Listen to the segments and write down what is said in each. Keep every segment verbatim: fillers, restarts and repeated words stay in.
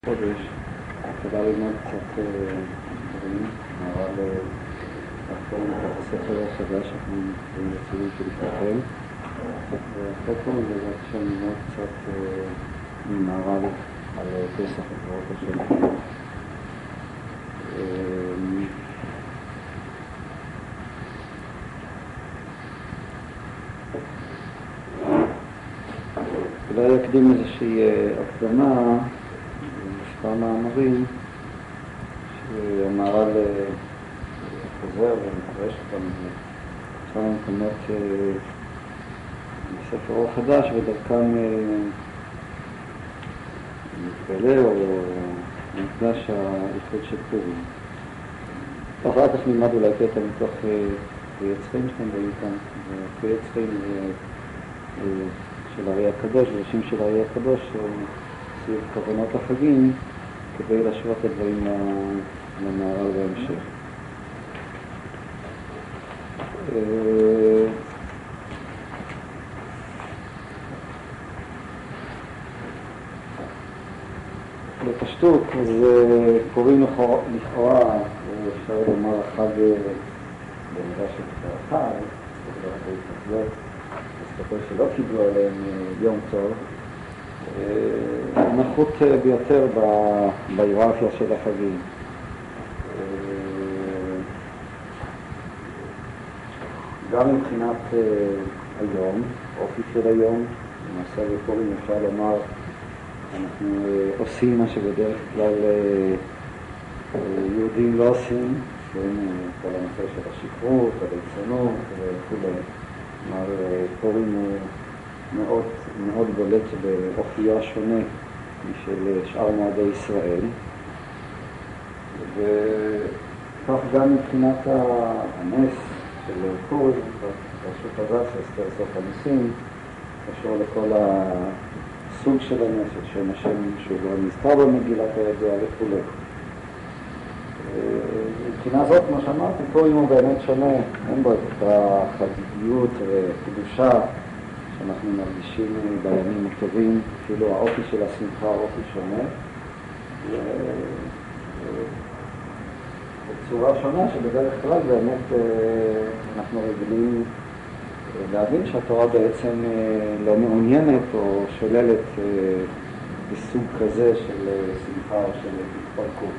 חודש, כדאי ללמוד קצת דברים, אבל לחקור את הספר החדש שאנחנו רוצים שלפניכם. ואחרי כל זה רציתי ללמוד קצת ממהר"ל על פסח ודברות השם. אולי אקדים איזושהי הקדמה מספר מאמרים שהמהר"ל חוזר ומפרש אותם בכמה מקומות בספר אור חדש, ודרכם מתגלה או מוקדש הייחוד של פורים. אחר כך נלמד אולי קטע מתוך קריאת צפים שאתם רואים כאן, וקריאת צפים של הרי הקדוש, וראשים של הרי הקדוש סביב כוונות החגים, כדי להשוות את הדברים למהר"ל בהמשך. בפשטות, אז פורים לכאורה, אפשר לומר החג במידה של החג, בגלל ההתנגדות, הסתכל שלא קיבלו עליהם יום טוב, נחות ביותר בהיררכיה של החגים. גם מבחינת היום, אופי של היום, למעשה בפורים אפשר לומר, אנחנו עושים מה שבדרך כלל יהודים לא עושים, כל הנושא של השכרות, הליצנות וכו'. כלומר, פורים הוא מאוד, מאוד בולט באופיו השונה משל שאר מועדי ישראל. וכך גם מבחינת הנס של פורים, פרשות הזאת שאסתר סוף הניסים, קשור לכל הסוג של הנס, של שם השם שהוא לא נזכר במגילת הידוע וכו'. מבחינה זאת, מה שאמרתי, פורים הוא באמת שונה, אין בו את החגיגיות וקדושה שאנחנו מרגישים בימים הטובים, אפילו האופי של השמחה האופי שונה, בצורה שונה שבדרך כלל באמת אנחנו רגילים להבין שהתורה בעצם לא מעוניינת או שוללת בסוג כזה של שמחה או של התפרקות.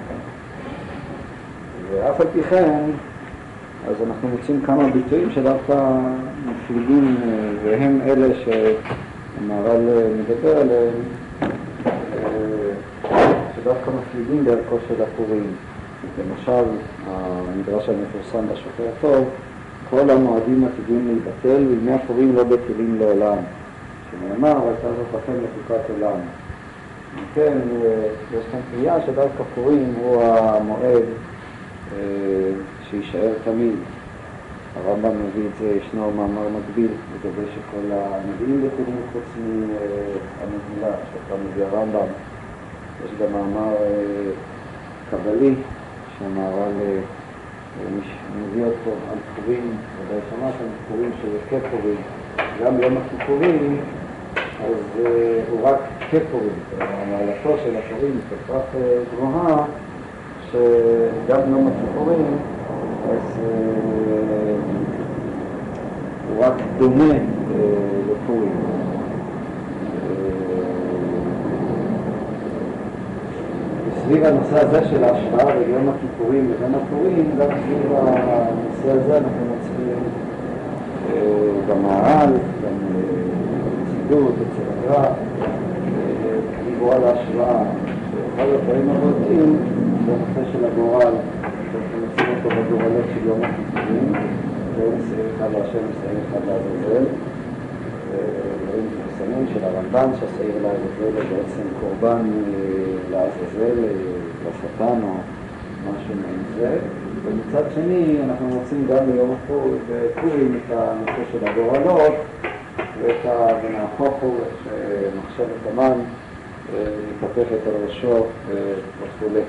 ואף על פי כן, אז אנחנו מוצאים כמה ביטויים שדווקא מפליגים, והם אלה שהמהר"ל מדבר עליהם, שדווקא מפליגים דרכו של הפורים. למשל, המדרש המפורסם בשופר הטוב, כל המועדים עתידים להיבטל, וימי הפורים לא בטלים לעולם. שנאמר, הייתה זאת לכם לחוקת עולם. כן, יש כאן קריאה שדווקא פורים הוא המועד שישאר תמיד. הרמב"ם מביא את זה, ישנו מאמר מקביל לגבי שכל הנביאים בטלים חוץ מהמגילה שאתה מביא הרמב"ם. יש גם מאמר קבלי שהמהר"ל מביא אותו על פורים, ודאי שמעת על פורים של כפורים. גם יום הכיפורים, אז הוא רק כפורים. המעלתו של הפורים היא כל כך גבוהה, שגם יום הכיפורים, אז הוא רק דומה לפורים. סביב הנושא הזה של ההשוואה בין יום הכיפורים לבין הפורים, גם סביב הנושא הזה אנחנו מוצאים במהר"ל, גם בצידות, אצל הגר"א, דיברו על ההשוואה. אחד הדברים הבולטים זה הנושא של הגורל, שאנחנו מוצאים אותו בגורלות של יום הכיפורים, והוא מסעיר אחד להשם, מסעיר אחד לעזאזל. דברים מפורסמים של הרמב"ן, שהשעיר לעזאזל הוא בעצם קורבן לעזאזל, לשטן או משהו מעין זה. ומצד שני אנחנו מוצאים גם ביום הפורים את הנושא של הגורלות, ואת הנהפוך הוא שמחשבת המן מתהפכת על ראשו וכו'.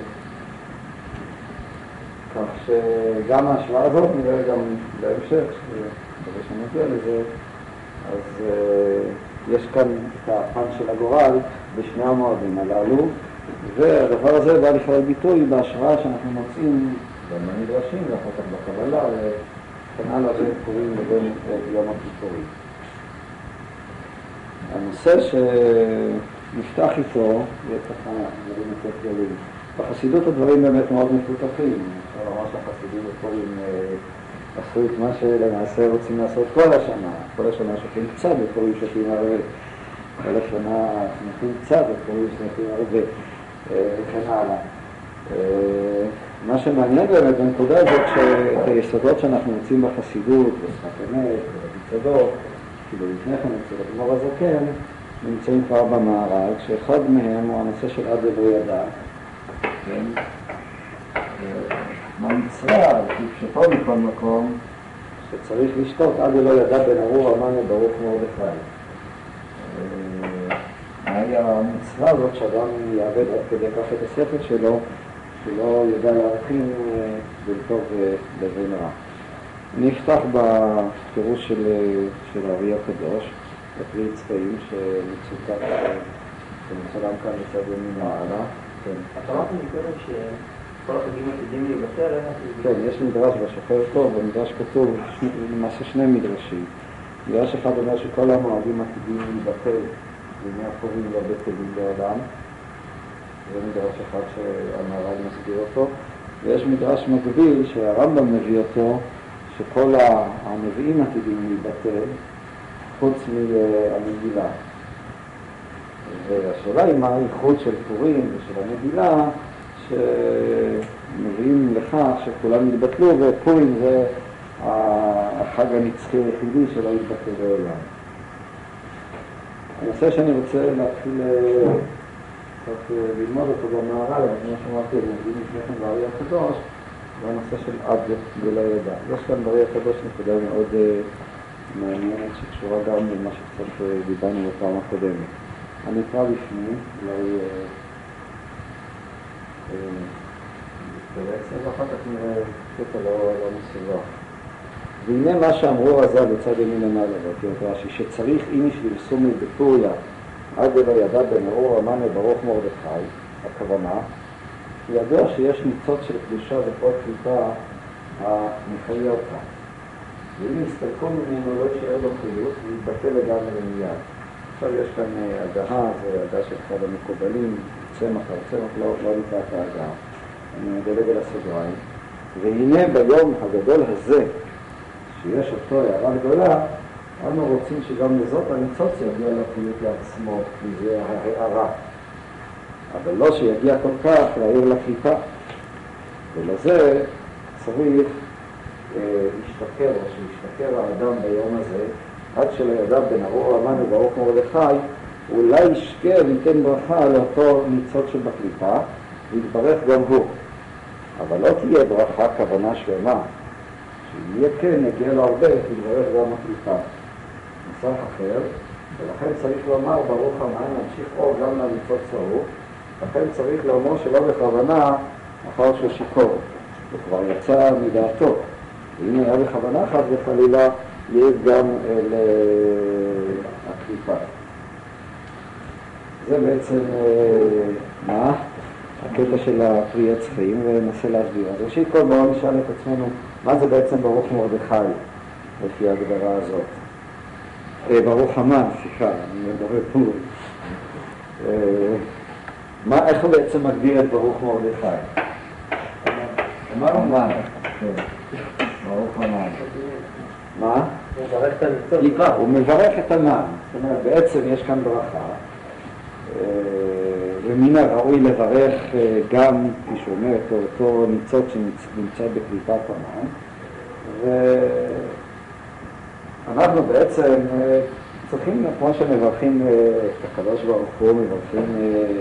כך שגם ההשוואה הזאת נראה גם בהמשך, שבשביל שנגיע לזה, אז יש כאן את הפן של הגורל בשני המועדים הללו, והדבר הזה בא לכלל ביטוי בהשראה שאנחנו מוצאים גם במדרשים ואחר כך בקבלה וכן הלאה בין פורים לבין יום הכיפורים. הנושא שנפתח איתו, יהיה ככה דברים יותר כלליים. בחסידות הדברים באמת מאוד מפותחים. אפשר לומר שהחסידים בפורים עשו את מה שלמעשה רוצים לעשות כל השנה. כל השנה שותים קצת בפורים שותים הרבה. כל השנה שמחים קצת בפורים שמחים הרבה. וכן הלאה. מה שמעניין באמת בנקודה הזאת שאת היסודות שאנחנו מוצאים בחסידות, בשפת אמת, בצדוק, כאילו לפני כן אצל אדמו"ר הזקן, נמצאים כבר במערג, שאחד מהם הוא הנושא של עד לא ידע. מהמצווה, כפשוטו מכל מקום, שצריך לשתות עד לא ידע בן ארור המן וברוך מרדכי. מהי המצווה הזאת שאדם יעבד עד כדי כך את הספר שלו, שלא ידע להבחין בין טוב לבין רע. אני אפתח בפירוש של, של הארי הקדוש, בפרי צבעים שמצוטט, שמצולם כאן מצד ימין מעלה. אתה אמרת מקודם שכל החגים עתידים להיבטל? כן, יש מדרש בשופר טוב, במדרש כתוב למעשה שני מדרשים. מדרש אחד אומר שכל המועדים עתידים להיבטל, וימי הפורים לא בטלים לעולם. זה מדרש אחד שהמהר"ל מסביר אותו. ויש מדרש מקביל שהרמב"ם מביא אותו, שכל הנביאים עתידים להיבטל, חוץ מהמגילה. והשאלה היא מה הייחוד של פורים ושל המגילה, שמביאים לכך שכולם יתבטלו, ופורים זה החג הנצחי היחידי שלא יתבטל לעולם. הנושא שאני רוצה להתחיל קצת ללמוד אותו במהר"ל, אבל כמו שאמרתי, אני מבין לפני כן בארי הקדוש, זה הנושא של עד ולא ידע. יש כאן בארי הקדוש נקודה מאוד מעניינת שקשורה גם למה שקצת דיברנו בפעם הקודמת. אני אקרא בפני, אולי בעצם, ואחר כך נראה קטע לא מסובך. והנה מה שאמרו רז"ל בצד ימין למעלה, באותיות רש"י, שצריך איניש לרסומי בפוריה עד ולא ידע בן ארור המן וברוך מרדכי, הכוונה, כי ידוע שיש ניצוץ של קדושה וכל קליפה המחיה אותה. ואם יסתלקו ממנו לא יישאר לו חיות ויתבטל לגמרי מיד. עכשיו יש כאן הגהה, זה הגה של אחד המקובלים, צמח, הצמח לא, לא נקרא את ההגה. אני מדלג על הסוגריים. והנה ביום הגדול הזה, שיש אותו הערה גדולה, אנו רוצים שגם לזאת הניצוץ יגיע לחיות לעצמו, כי זה ההערה. אבל לא שיגיע כל כך להעיר לקליפה. ולזה צריך אה, להשתכר, או שישתכר האדם ביום הזה, עד שלא ידע בן ארור המן וברוך מרדכי, אולי ישקר ויתן ברכה לאותו ניצוץ שבקליפה, ויתברך גם הוא. אבל לא תהיה ברכה כוונה שלמה, שאם יהיה כן, יגיע לו הרבה, ויתברך גם הקליפה. נוסח אחר, ולכן צריך לומר ברוך המן, להמשיך אור גם לניצוץ ההוא, לכן צריך לומר שלא בכוונה, אחר שהוא שיקור, וכבר יצא מדעתו. ואם היה בכוונה אחת וחלילה, יהיה גם לקליפה. זה בעצם, מה? הקטע של הפרי הצחיים, וננסה להסביר. אז ראשית כל בואו נשאל את עצמנו, מה זה בעצם ברוך מרדכי, לפי ההגדרה הזאת? ברוך המן, סליחה, אני מדבר פורים. מה, איך הוא בעצם מגדיר את ברוך מרדכי? מה הוא מה? ברוך המן. מה? הוא מברך את הניצוץ. הוא מברך את המן. זאת אומרת, בעצם יש כאן ברכה, ומן הראוי לברך גם, כפי שאומר, אותו ניצוץ שנמצא בקליפת המן. ואנחנו בעצם צריכים, כמו שמברכים את הקדוש ברוך הוא, מברכים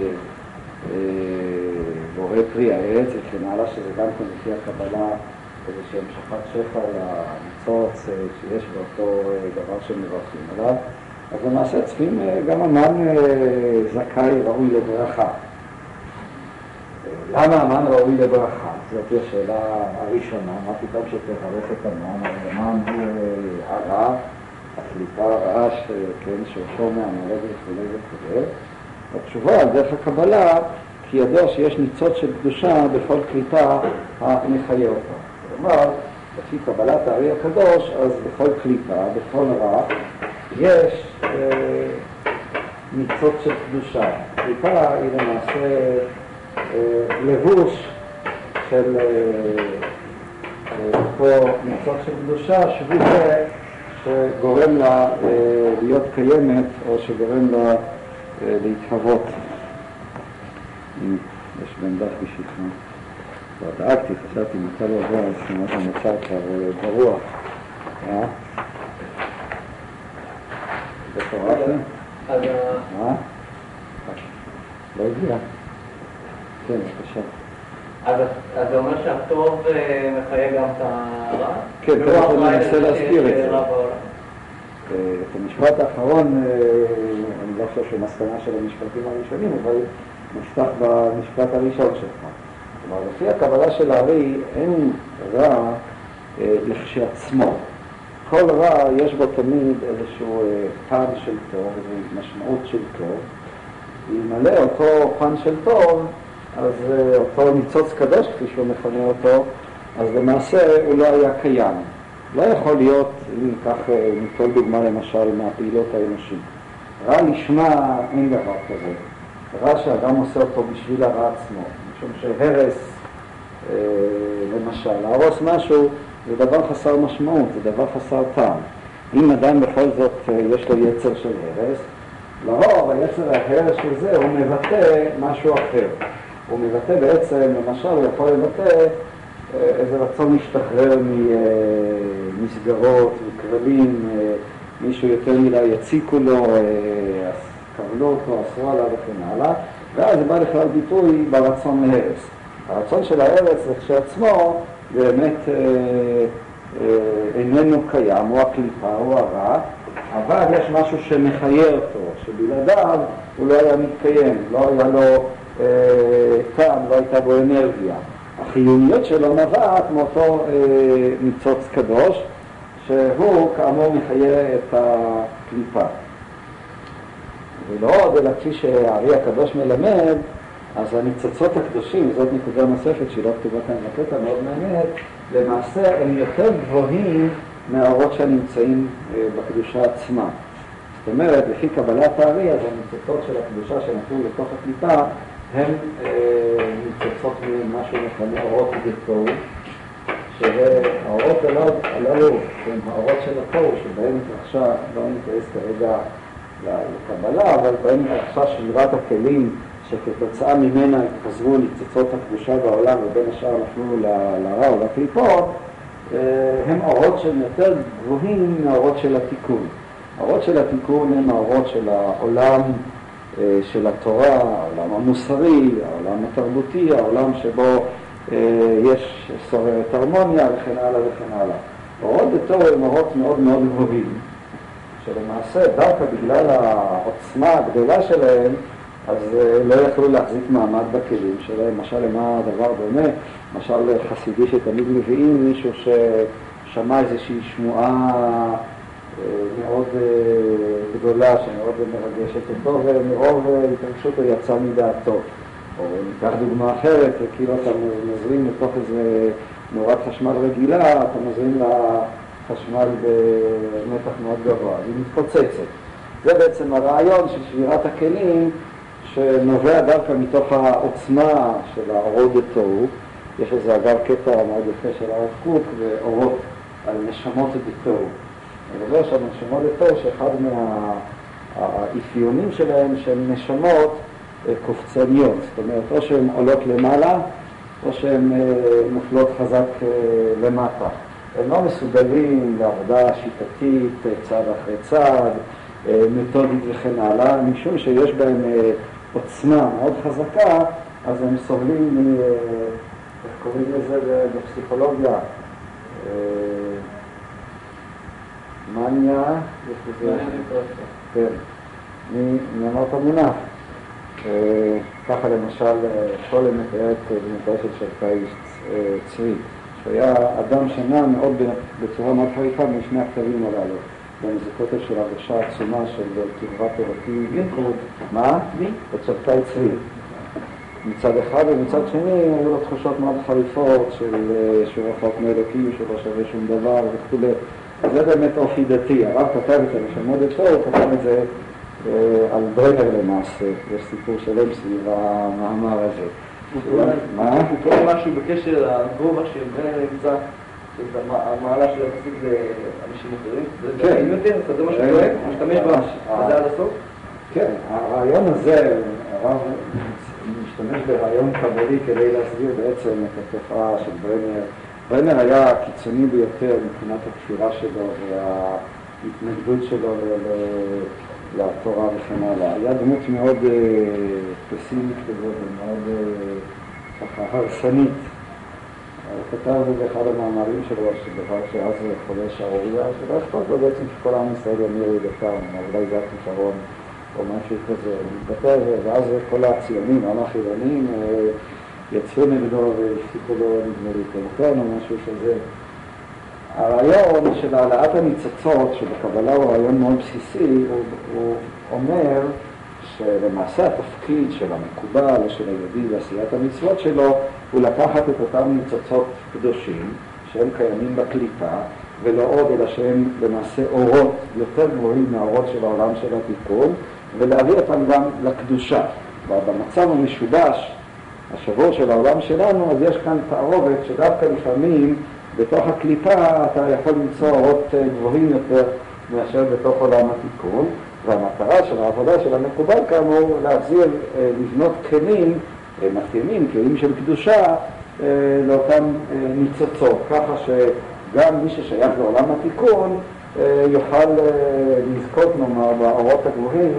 בורא פרי העץ וכן הלאה, שזה גם כן לפי הקבלה איזושהי המשכת שפע לניצוץ שיש באותו דבר שמברכים עליו. אז למעשה צריכים גם המן זכאי ראוי לברכה. למה המן ראוי לברכה? זאת השאלה הראשונה, מה פתאום שתברך את המן? המן הוא הרע, הקליפה הרעה כן, שהוא שומע, מלד וכו' וכו'. התשובה על דרך הקבלה, כי ידוע שיש ניצוץ של קדושה בכל קליפה המחיה אותה. כלומר, לפי קבלת הארי הקדוש, אז בכל קליפה, בכל רע, יש אה, ניצוץ של קדושה. קליפה היא למעשה אה, לבוש של אותו אה, ניצוץ של קדושה, שהוא זה שגורם לה אה, להיות קיימת, או שגורם לה אה, להתהוות. יש בן דף בשבילך. כבר דאגתי, חשבתי, מצא לו עבר, אז כמעט המצא כבר ברוח. אה? זה קורה זה? אז... אה? לא הגיע. כן, בבקשה. אז זה אומר שהטוב מחיה גם את הרע? כן, תכף אני אנסה להסביר את זה. את המשפט האחרון, אני לא חושב שמסקנה של המשפטים הראשונים, אבל נפתח במשפט הראשון שלך. כלומר, לפי הקבלה של הארי, אין רע לכשעצמו. כל רע יש בו תמיד איזשהו פן של טוב, איזו משמעות של טוב. אלמלא אותו פן של טוב, אז אותו ניצוץ קדוש, כפי שהוא מכנה אותו, אז למעשה הוא לא היה קיים. לא יכול להיות, אם כך ניטול דוגמה למשל מהפעילות האנושית. רע לשמה אין דבר כזה. רע שאדם עושה אותו בשביל הרע עצמו. משום שהרס, אה, למשל, להרוס משהו זה דבר חסר משמעות, זה דבר חסר טעם. אם אדם בכל זאת יש לו יצר של הרס, לרוב היצר ההרס של זה הוא מבטא משהו אחר. הוא מבטא בעצם, למשל, הוא יכול לבטא איזה רצון להשתחרר ממסגרות, מכרלים, מישהו יותר מדי יציקו לו, קבלו אותו, אסרו עליו וכן הלאה, ואז זה בא לכלל ביטוי ברצון להרס. הרצון של ההרס כשעצמו באמת אה, אה, איננו קיים, הוא הקליפה, הוא הרע, אבל יש משהו שמחיה אותו, שבלעדיו הוא לא היה מתקיים, לא היה לו אה, טעם, לא הייתה בו אנרגיה. החיוניות שלו נבעת מאותו אה, ניצוץ קדוש, שהוא כאמור מחיה את הקליפה. ולא עוד, אלא כפי שהארי הקדוש מלמד, אז הניצוצות הקדושים, זאת נקודה נוספת שהיא לא כתובה כאן בקטע מאוד מעניינת, למעשה הם יותר גבוהים מהאורות שנמצאים אה, בקדושה עצמה. זאת אומרת, לפי קבלת הארי, אז הניצוצות של הקדושה שנתנו לתוך הקליפה, הם אה, ניצוצות ממשהו מכנה אורות דתו, שהאורות הללו הם האורות של התור, שבהם התרחשה, לא ניכנס כרגע לקבלה, אבל בהם התרחשה שמירת הכלים, שכתוצאה ממנה התחזרו ניצוצות הקדושה בעולם, ובין השאר נפלו לרע או לקליפות, הם אורות שהם יותר גבוהים מהאורות של התיקון. האורות של התיקון הם האורות של העולם, של התורה, העולם המוסרי, העולם התרבותי, העולם שבו יש שוררת הרמוניה וכן הלאה וכן הלאה. אורות דתו הם אורות מאוד מאוד גבוהים, שלמעשה דווקא בגלל העוצמה הגדולה שלהם, אז לא יכלו להחזיק מעמד בכלים שלהם. למשל, למה הדבר דומה? למשל, חסידי שתמיד מביאים מישהו ששמע איזושהי שמועה מאוד גדולה, שמאוד מרגשת אותו, ומרוב התרגשות הוא יצא מדעתו. או ניקח דוגמה אחרת, כאילו אתה מזרים לתוך איזה נורת חשמל רגילה, אתה מזרים לה חשמל במתח מאוד גבוה, היא מתפוצצת. זה בעצם הרעיון של שבירת הכלים, שנובע דווקא מתוך העוצמה של האורות דתו. יש לזה אגב קטע מאוד יפה של הרב קוק, ואורות על נשמות דתו. אני מדבר שם נשמות דתו, שאחד מהאפיונים שלהם שהן נשמות קופצניות. זאת אומרת, או שהן עולות למעלה, או שהן נופלות חזק למטה. הם לא מסוגלים לעבודה שיטתית, צעד אחרי צעד, מתודית וכן הלאה, משום שיש בהם עוצמה מאוד חזקה, אז הם סובלים מ... איך קוראים לזה בפסיכולוגיה? מניה? כן. מי אמר את המונח? ככה למשל, שולם מתאר את דמותו של שבתאי צבי, שהיה אדם שנע מאוד בצורה מאוד חריפה משני הכתבים הללו. זה כותב של הרגשה עצומה של קרבת אלוקים ייחוד. מה? מי? את שבתאי צבי. מצד אחד, ומצד שני היו לו תחושות מאוד חריפות של שהוא רחוק מאלוקים, שהוא לא שווה שום דבר וכו'. זה באמת אופי דתי. הרב כתב את זה לשמוד אותו, הוא כתב את זה על ברנר למעשה, יש סיפור שלם סביב המאמר הזה. מה? הוא קורא משהו בקשר לגובה של ברנר נמצא, שזה המעלה של יחסית לאנשים אחרים. כן. זה מה שהוא דואג, הוא משתמש בזה עד הסוף? כן, הרעיון הזה, הרב משתמש ברעיון קבלי כדי להסביר בעצם את התופעה של ברנר. ברנר היה קיצוני ביותר מבחינת הכפירה שלו וההתנגדות שלו לתורה וכן הלאה. היה דמות מאוד פסימית כזאת ומאוד ככה הרסנית. הוא כתב באחד המאמרים שלו שדבר שאז חולה שערוריה, שלא אכפת לו בעצם שכל עם ישראל ימיר ידתם, אולי זה הפתרון או משהו כזה. הוא כתב, ואז כל הציונים, העם החילונים, יצאו נגדו והפסיקו לו נדמה לי קורטון או משהו כזה. הרעיון של העלאת הניצוצות שבקבלה הוא רעיון מאוד בסיסי, הוא, הוא אומר שלמעשה התפקיד של המקובל או של היהודי בעשיית המצוות שלו הוא לקחת את אותם ניצוצות קדושים שהם קיימים בקליפה ולא עוד אלא שהם למעשה אורות יותר גבוהים מהאורות של העולם של התיקון ולהביא אותם גם לקדושה. במצב המשובש השבור של העולם שלנו, אז יש כאן תערובת שדווקא לפעמים בתוך הקליפה אתה יכול למצוא אורות גבוהים יותר מאשר בתוך עולם התיקון, והמטרה של העבודה של המקובל כאמור להחזיר, לבנות כלים מתאימים, כלים של קדושה לאותם ניצוצות, ככה שגם מי ששייך לעולם התיקון יוכל לזכות נאמר באורות הגבוהים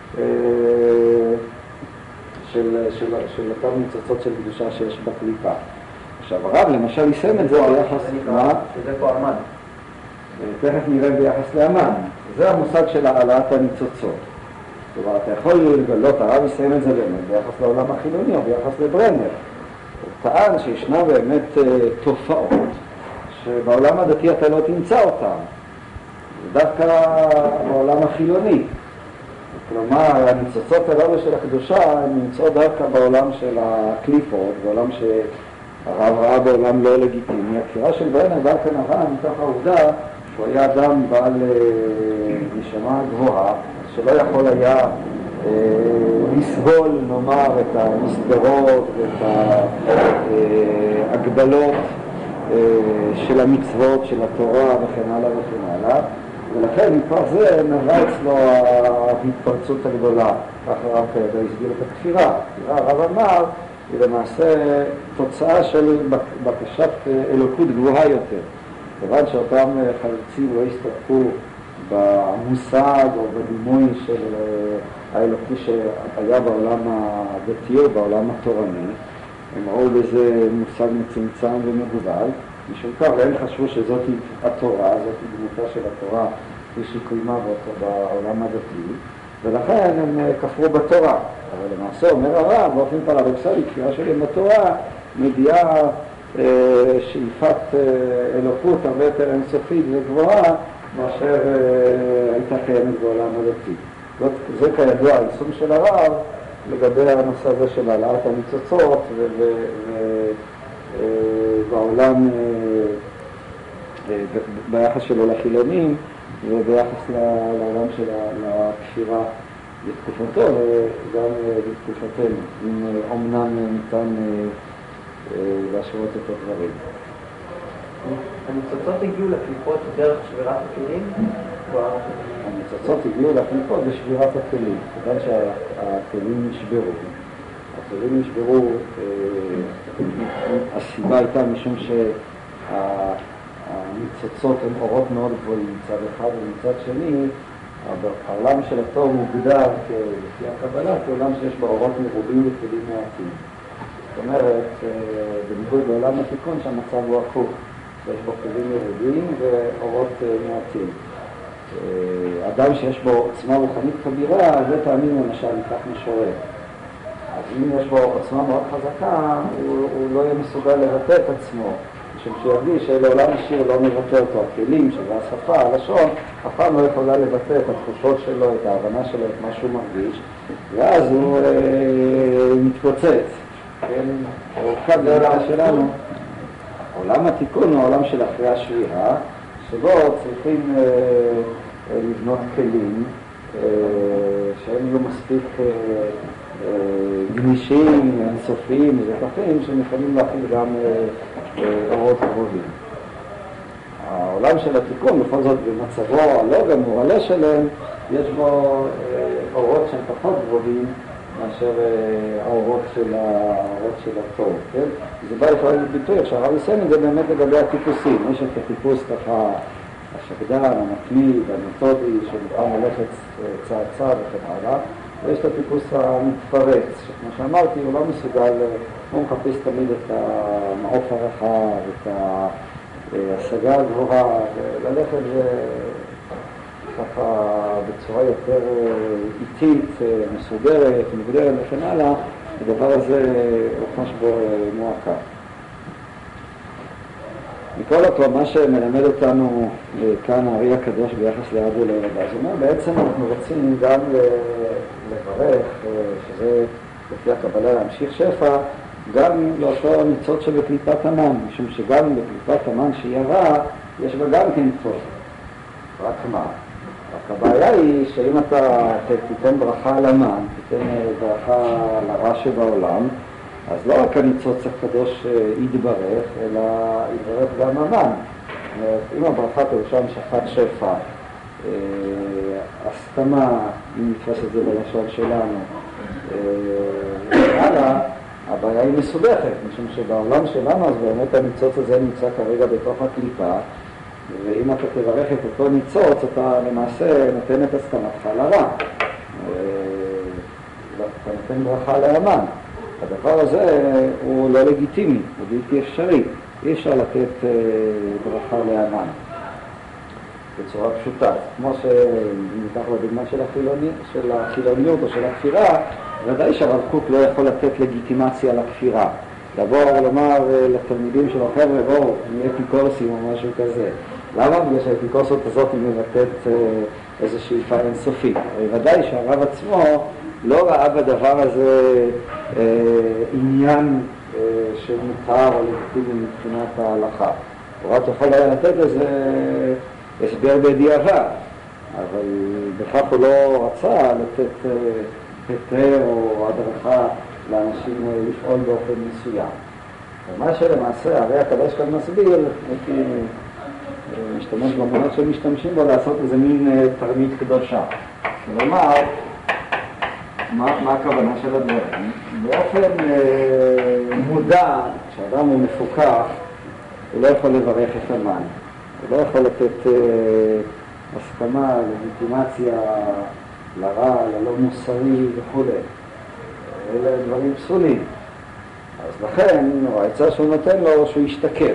של, של, של אותם ניצוצות של קדושה שיש בקליפה. עכשיו הרב למשל יישם את זה ביחס מה? שזה פה אמן. תכף נראה ביחס לאמן. זה המושג של העלאת הניצוצות. זאת אומרת, אתה יכול לגלות, הרב יישם את זה באמת ביחס לעולם החילוני או ביחס לברנר. הוא טען שישנה באמת uh, תופעות שבעולם הדתי אתה לא תמצא אותן. דווקא בעולם החילוני. כלומר, הניצוצות הללו של הקדושה הן נמצאות דווקא בעולם של הקליפות, בעולם שהרב ראה בעולם לא לגיטימי. הכפירה של ברנר דווקא נבעה מתוך העובדה שהוא היה אדם בעל נשמה גבוהה, שלא יכול היה אה, לסבול, נאמר, את המסגרות ואת ההגבלות אה, של המצוות, של התורה וכן הלאה וכן הלאה. ולכן מפר זה נבע אצלו ההתפרצות הגדולה. כך הרב כידע הסביר את הכפירה. הכפירה, הרב אמר, היא למעשה תוצאה של בקשת אלוקות גבוהה יותר. כיוון שאותם חלוצים לא הסתפקו במושג או בדימוי של האלוקי שהיה בעולם הדתי או בעולם התורני, הם ראו בזה מושג מצומצם ומגובל, משום כך והם חשבו שזאת התורה, זאת דמותה של התורה כפי שהיא קיימה בעולם הדתי, ולכן הם כפרו בתורה. אבל למעשה אומר הרב, באופן פרדוקסלי, כפירה שלהם בתורה מביאה אה, שאיפת אה, אלוקות הרבה יותר אינסופית וגבוהה מאשר אה, הייתה קיימת בעולם הדתי. זאת, זה כידוע היישום של הרב לגבי הנושא הזה של העלאת הניצוצות ובעולם אה, אה, ביחס שלו לחילונים וביחס לעולם של הכפירה בתקופתו וגם בתקופתנו, אם אומנם ניתן להשוות את הדברים. הניצוצות הגיעו לקליפות דרך שבירת הכלים? הניצוצות הגיעו לקליפות בשבירת הכלים, כיוון שהכלים נשברו. הכלים נשברו, הסיבה הייתה משום שהניצוצות הן אורות מאוד גבוהים מצד אחד ומצד שני, העולם של התור מוגדר לפי הקבלה כעולם שיש בו אורות מרובים וכלים מעטים. זאת אומרת, בניגוד בעולם התיקון שהמצב הוא הפוך, יש בו כלים מרובים ואורות מעטים. אדם שיש בו עוצמה רוחנית כבירה, הרבה פעמים למשל ייקח משורר. אז אם יש בו עוצמה מאוד חזקה, הוא, הוא לא יהיה מסוגל לבטא את עצמו. משום שירגיש שלעולם השיר לא מבטא אותו, הכלים שלו, השפה, הלשון, אף פעם לא יכולה לבטא את התחושות שלו, את ההבנה שלו, את מה שהוא מרגיש, ואז הוא אה, מתפוצץ. כן, כאן בעולם שלנו, עולם התיקון הוא העולם של אחרי השבירה, שבו צריכים אה, אה, לבנות כלים אה, שהם יהיו מספיק אה, אה, גמישים, אינסופיים, מזוכחים, שהם יכולים להכיל גם אה, אה, אורות גבוהים. העולם של התיקון, בכל זאת במצבו הלא גמור, הלא שלם, יש בו אה, אורות שהם פחות גבוהים מאשר אה, האורות של, האורות של הטוב, כן? זה בא לפעמים ביטוי, עכשיו הרב יסיים את זה באמת לגבי הטיפוסים. יש את הטיפוס ככה, השקדן, המתמיד, המתודי, שמוכן ללכת צעד צעד וכן הלאה, ויש את הטיפוס המתפרץ, שכמו שאמרתי, הוא לא מסוגל, הוא מחפש תמיד את המעוף הרחב, את ההשגה הגבוהה, וללכת ככה בצורה יותר איטית, מסודרת, מוגדרת וכן הלאה, הדבר הזה הוכנס בו מועקה. מכל הכל, מה שמלמד אותנו כאן הארי הקדוש ביחס לאבו לילדה, זאת אומרת, בעצם אנחנו רוצים גם לברך, שזה לפי הקבלה להמשיך שפע, גם לאותו ניצוץ שבקליפת המן, משום שגם בקליפת המן שהיא הרע, יש בה גם כן טוב. רק מה? רק הבעיה היא שאם אתה תיתן ברכה על המן, תיתן ברכה לרע שבעולם, אז לא רק הניצוץ הקדוש יתברך, אלא יתברך גם המן. אם הברכה פירושה משכת שפע, הסתמה, אם נתפס את זה בלשון שלנו, הלאה, הבעיה היא מסובכת, משום שבעולם שלנו אז באמת הניצוץ הזה נמצא כרגע בתוך הקליפה, ואם אתה תברך את אותו ניצוץ, אתה למעשה נותן את הסכמתך לרע. אתה נותן ברכה להמן. הדבר הזה הוא לא לגיטימי, הוא בלתי אפשרי. אי אפשר לתת ברכה להמן בצורה פשוטה. כמו שניקח לדוגמה של החילוניות, של החילוניות או של הכפירה, ודאי שהרב קוק לא יכול לתת לגיטימציה לכפירה. לבוא ולומר לתלמידים שלו, חבר'ה, בואו, נהיה אפיקורסים או משהו כזה. למה? בגלל שהאפיקורסות הזאת היא מבטאת איזו שאיפה אינסופית. ודאי שהרב עצמו לא ראה בדבר הזה אה, עניין אה, שמותר או לגיטימי מבחינת ההלכה. הוא רק יכול היה לתת איזה הסבר בדיעבד, אבל בכך הוא לא רצה לתת היתר אה, או הדרכה לאנשים אה, לפעול באופן מסוים. ומה שלמעשה הרי הקדוש כאן מסביר, הייתי אה, משתמש במונות שמשתמשים בו לעשות איזה מין אה, תרמית קדושה. כלומר, מה, מה הכוונה של הדברים? באופן אה, מודע, כשאדם הוא מפוקח, הוא לא יכול לברך את המן. הוא לא יכול לתת אה, הסכמה, לגיטימציה, לרע, ללא מוסרי וכו'. אלה דברים פסולים. אז לכן, העצה שהוא נותן לו שהוא ישתכר.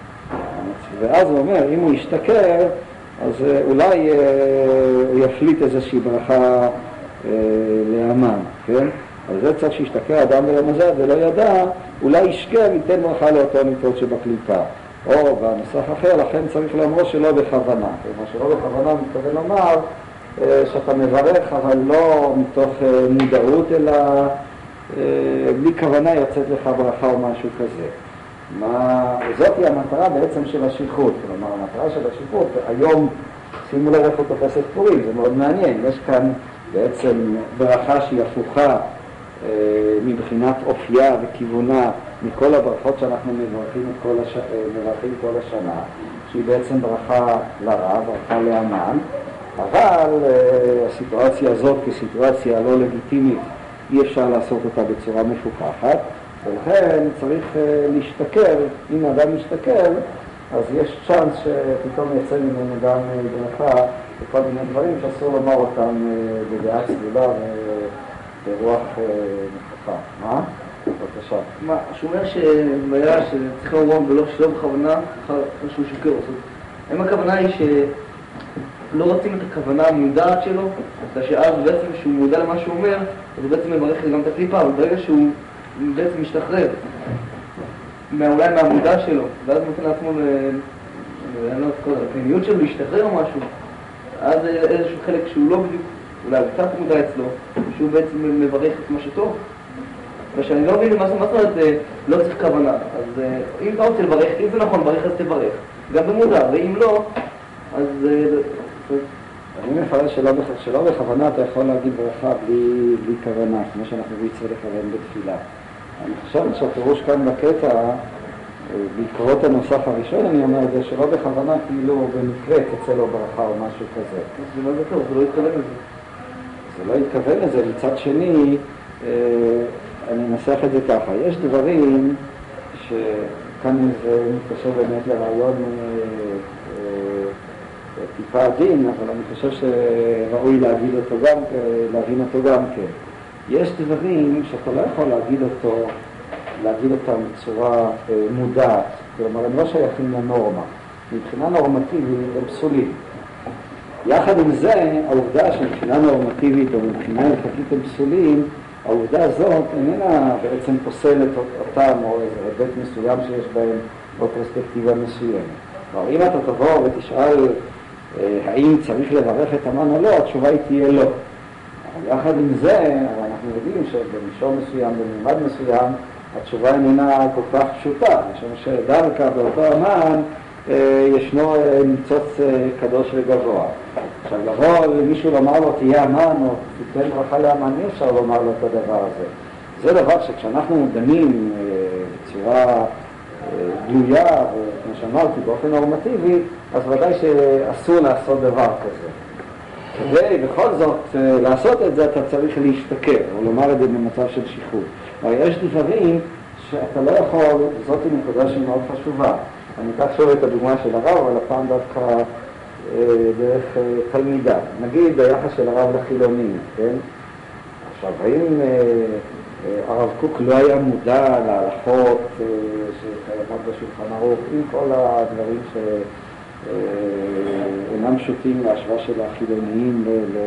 ואז הוא אומר, אם הוא ישתכר, אז אה, אולי אה, הוא יפליט איזושהי ברכה להמן, כן? אבל זה צריך שישתכר אדם ברמזל ולא ידע, אולי ישכר ייתן ברכה לאותו ניצוץ שבקליפה. או בנוסח אחר, לכן צריך לאמרו שלא בכוונה. כלומר שלא בכוונה מתכוון לומר שאתה מברך, אבל לא מתוך מודעות, אלא בלי כוונה יוצאת לך ברכה או משהו כזה. מה... זאת היא המטרה בעצם של השליחות. כלומר, המטרה של השליחות, היום שימו לב איך הוא תופס את פורים, זה מאוד מעניין. יש כאן בעצם ברכה שהיא הפוכה אה, מבחינת אופייה וכיוונה מכל הברכות שאנחנו מברכים כל, הש... מברכים כל השנה, שהיא בעצם ברכה לרע, ברכה להמן, אבל אה, הסיטואציה הזאת כסיטואציה לא לגיטימית אי אפשר לעשות אותה בצורה מפוקחת, ולכן צריך אה, להשתכר. אם האדם משתכר, אז יש צ'אנס שפתאום יצא ממנו גם ברכה וכל מיני דברים שאסור לומר אותם בדעה צלולה וברוח נפוחה. מה? בבקשה. מה, שהוא אומר שבעיה שצריך לומר ולא שלא בכוונה, אחרי שהוא שיקר. אם הכוונה היא שלא רוצים את הכוונה המודעת שלו, אז שאז בעצם שהוא מודע למה שהוא אומר, אז הוא בעצם מברך גם את הקליפה, אבל ברגע שהוא בעצם משתחרר אולי מהמודע שלו, ואז הוא נותן לעצמו לפנימיות שלו להשתחרר או משהו, אז איזשהו חלק שהוא לא בדיוק, אולי הוא קצת מודע אצלו, שהוא בעצם מברך את מה שטוב. ושאני לא מבין מה זאת אומרת, לא צריך כוונה. אז אם אתה רוצה לברך, אם זה נכון לברך, אז תברך. גם במודע, ואם לא, אז... אני מפרש שלא, שלא בכוונה אתה יכול להגיד ברכה בלי, בלי כוונה, כמו שאנחנו בישראל לכוון בתפילה. אני חושב שהפירוש כאן בקטע, בעקבות הנוסח הראשון, אני אומר, זה שלא בכוונה כאילו במקרה תצא לו ברכה או משהו כזה. זה לא זה טוב, זה לא יתכוון לזה. זה לא יתכוון לזה. מצד שני, אני אנסח את זה ככה. יש דברים שכאן זה מתקשר באמת לרעיון טיפה עדין, אבל אני חושב שראוי להגיד אותו גם, להבין אותו גם כן. יש דברים שאתה לא יכול להגיד אותו, להגיד אותם בצורה מודעת, כלומר הם לא שייכים לנורמה. מבחינה נורמטיבית הם פסולים. יחד עם זה, העובדה שמבחינה נורמטיבית או מבחינה הלכתית הם פסולים, העובדה הזאת איננה בעצם פוסלת אותם או איזה היבט מסוים שיש בהם או פרספקטיבה מסוימת. כלומר, אם אתה תבוא ותשאל האם צריך לברך את המן או לא, התשובה היא תהיה לא. אבל יחד עם זה, אנחנו יודעים שבמישור מסוים, בממד מסוים, התשובה איננה כל כך פשוטה, משום שדווקא באותו המן ישנו ניצוץ קדוש וגבוה. עכשיו לבוא למישהו לומר לו תהיה המן או תיתן ברכה לאמן, אי אפשר לומר לו את הדבר הזה. זה דבר שכשאנחנו דנים בצורה גלויה, וכמו שאמרתי, באופן נורמטיבי, אז ודאי שאסור לעשות דבר כזה. כדי בכל זאת לעשות את זה אתה צריך להשתכר, או לומר את זה במצב של שחרור. אבל יש דברים שאתה לא יכול, זאת נקודה שהיא מאוד חשובה. אני אקח שוב את הדוגמה של הרב, אבל הפעם דווקא דרך תלמידה. נגיד היחס של הרב לחילונים, כן? עכשיו, האם הרב קוק לא היה מודע להלכות שקיימות בשולחן ערוך, עם כל הדברים שאינם פשוטים להשוואה של החילוניים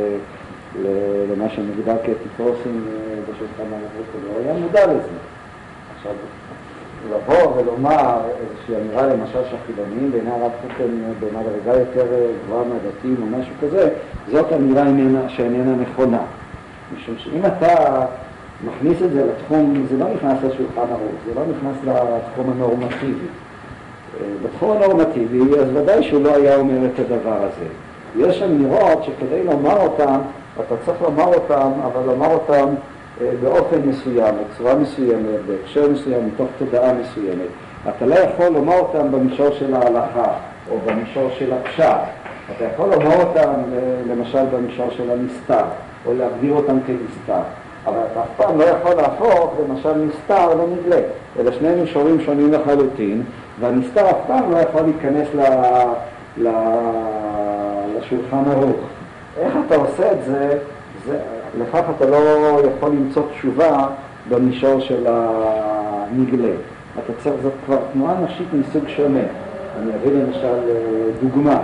למה שמוגדר כאתיקוסים בשולחן ערוך, הוא היה מודע לזה. עכשיו, לבוא ולומר איזושהי אמירה למשל שהחילוניים בעיני הרב קוק הם במדרגה יותר גבוהה מהדתיים או משהו כזה, זאת אמירה שאיננה נכונה. משום שאם אתה מכניס את זה לתחום, זה לא נכנס לשולחן ערוך, זה לא נכנס לתחום הנורמטיבי. בתחום הנורמטיבי, אז ודאי שהוא לא היה אומר את הדבר הזה. יש אמירות שכדי לומר אותם, אתה צריך לומר אותם, אבל לומר אותם באופן מסוים, בצורה מסוימת, בהקשר מסוים, מתוך תודעה מסוימת. אתה לא יכול לומר אותם במישור של ההלכה, או במישור של הפשט. אתה יכול לומר אותם, למשל, במישור של הנסתר, או להגדיר אותם כנסתר. אבל אתה אף פעם לא יכול להפוך, למשל, נסתר לנגלה. אלה שני מישורים שונים לחלוטין, והנסתר אף פעם לא יכול להיכנס ל... ל... לשולחן ערוך. איך אתה עושה את זה? זה... לכך אתה לא יכול למצוא תשובה במישור של הנגלה. אתה צריך, זאת כבר תנועה נפשית מסוג שונה. אני אביא למשל דוגמה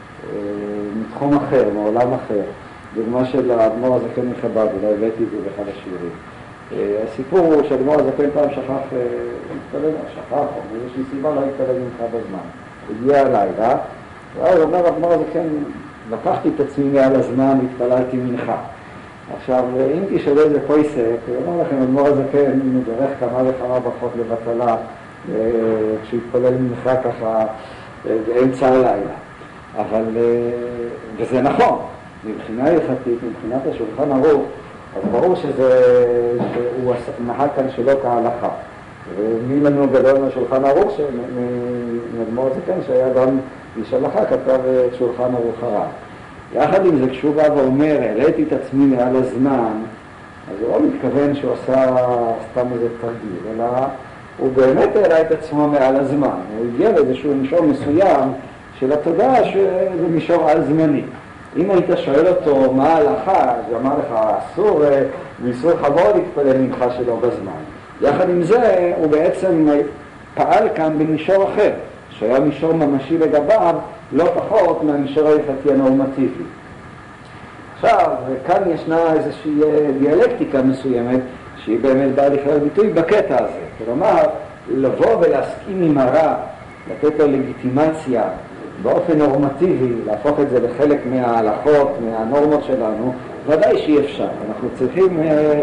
מתחום אחר, מעולם אחר. דוגמה של האדמו"ר הזקן מחב"ד, אולי הבאתי את זה באחד השיעורים. הסיפור הוא שהאדמו"ר הזקן פעם שכח, התפלל, שכח, או מאיזושהי סיבה לא התפלל ממך בזמן. הגיע הלילה, ואז אומר האדמו"ר הזקן, לקחתי את עצמי מעל הזמן והתפללתי מנחה. עכשיו, אם תשאלו איזה פויסק, הוא אומר לכם, אדמו"ר הזקן מברך כמה וכמה ברכות לבטלה, כשהוא התפלל מנחה ככה באמצע הלילה. אבל, וזה נכון. מבחינה הלכתית, מבחינת השולחן ערוך, אז ברור שזה, שהוא נהג כאן שלא כהלכה. ומי לנו גדול מהשולחן ערוך, מאדמו"ר הזקן שהיה גם איש הלכה, כתב את שולחן ערוך הרב. יחד עם זה, כשהוא בא ואומר, העליתי את עצמי מעל הזמן, אז הוא לא מתכוון שהוא עשה סתם איזה תרגיל, אלא הוא באמת העלה את עצמו מעל הזמן. הוא הגיע לאיזשהו מישור מסוים של התודעה שזה מישור על זמני. אם היית שואל אותו מה ההלכה, אז הוא אמר לך, אסור ואיסור חמור להתפלל ממך שלא בזמן. יחד עם זה, הוא בעצם פעל כאן במישור אחר, שהיה מישור ממשי לגביו, לא פחות מהמישור ההלכתי הנורמטיבי. עכשיו, כאן ישנה איזושהי דיאלקטיקה מסוימת, שהיא באמת באה לכלל ביטוי בקטע הזה. כלומר, לבוא ולהסכים עם הרע, לתת לו לגיטימציה, באופן נורמטיבי, להפוך את זה לחלק מההלכות, מהנורמות שלנו, ודאי שאי אפשר. אנחנו צריכים אה,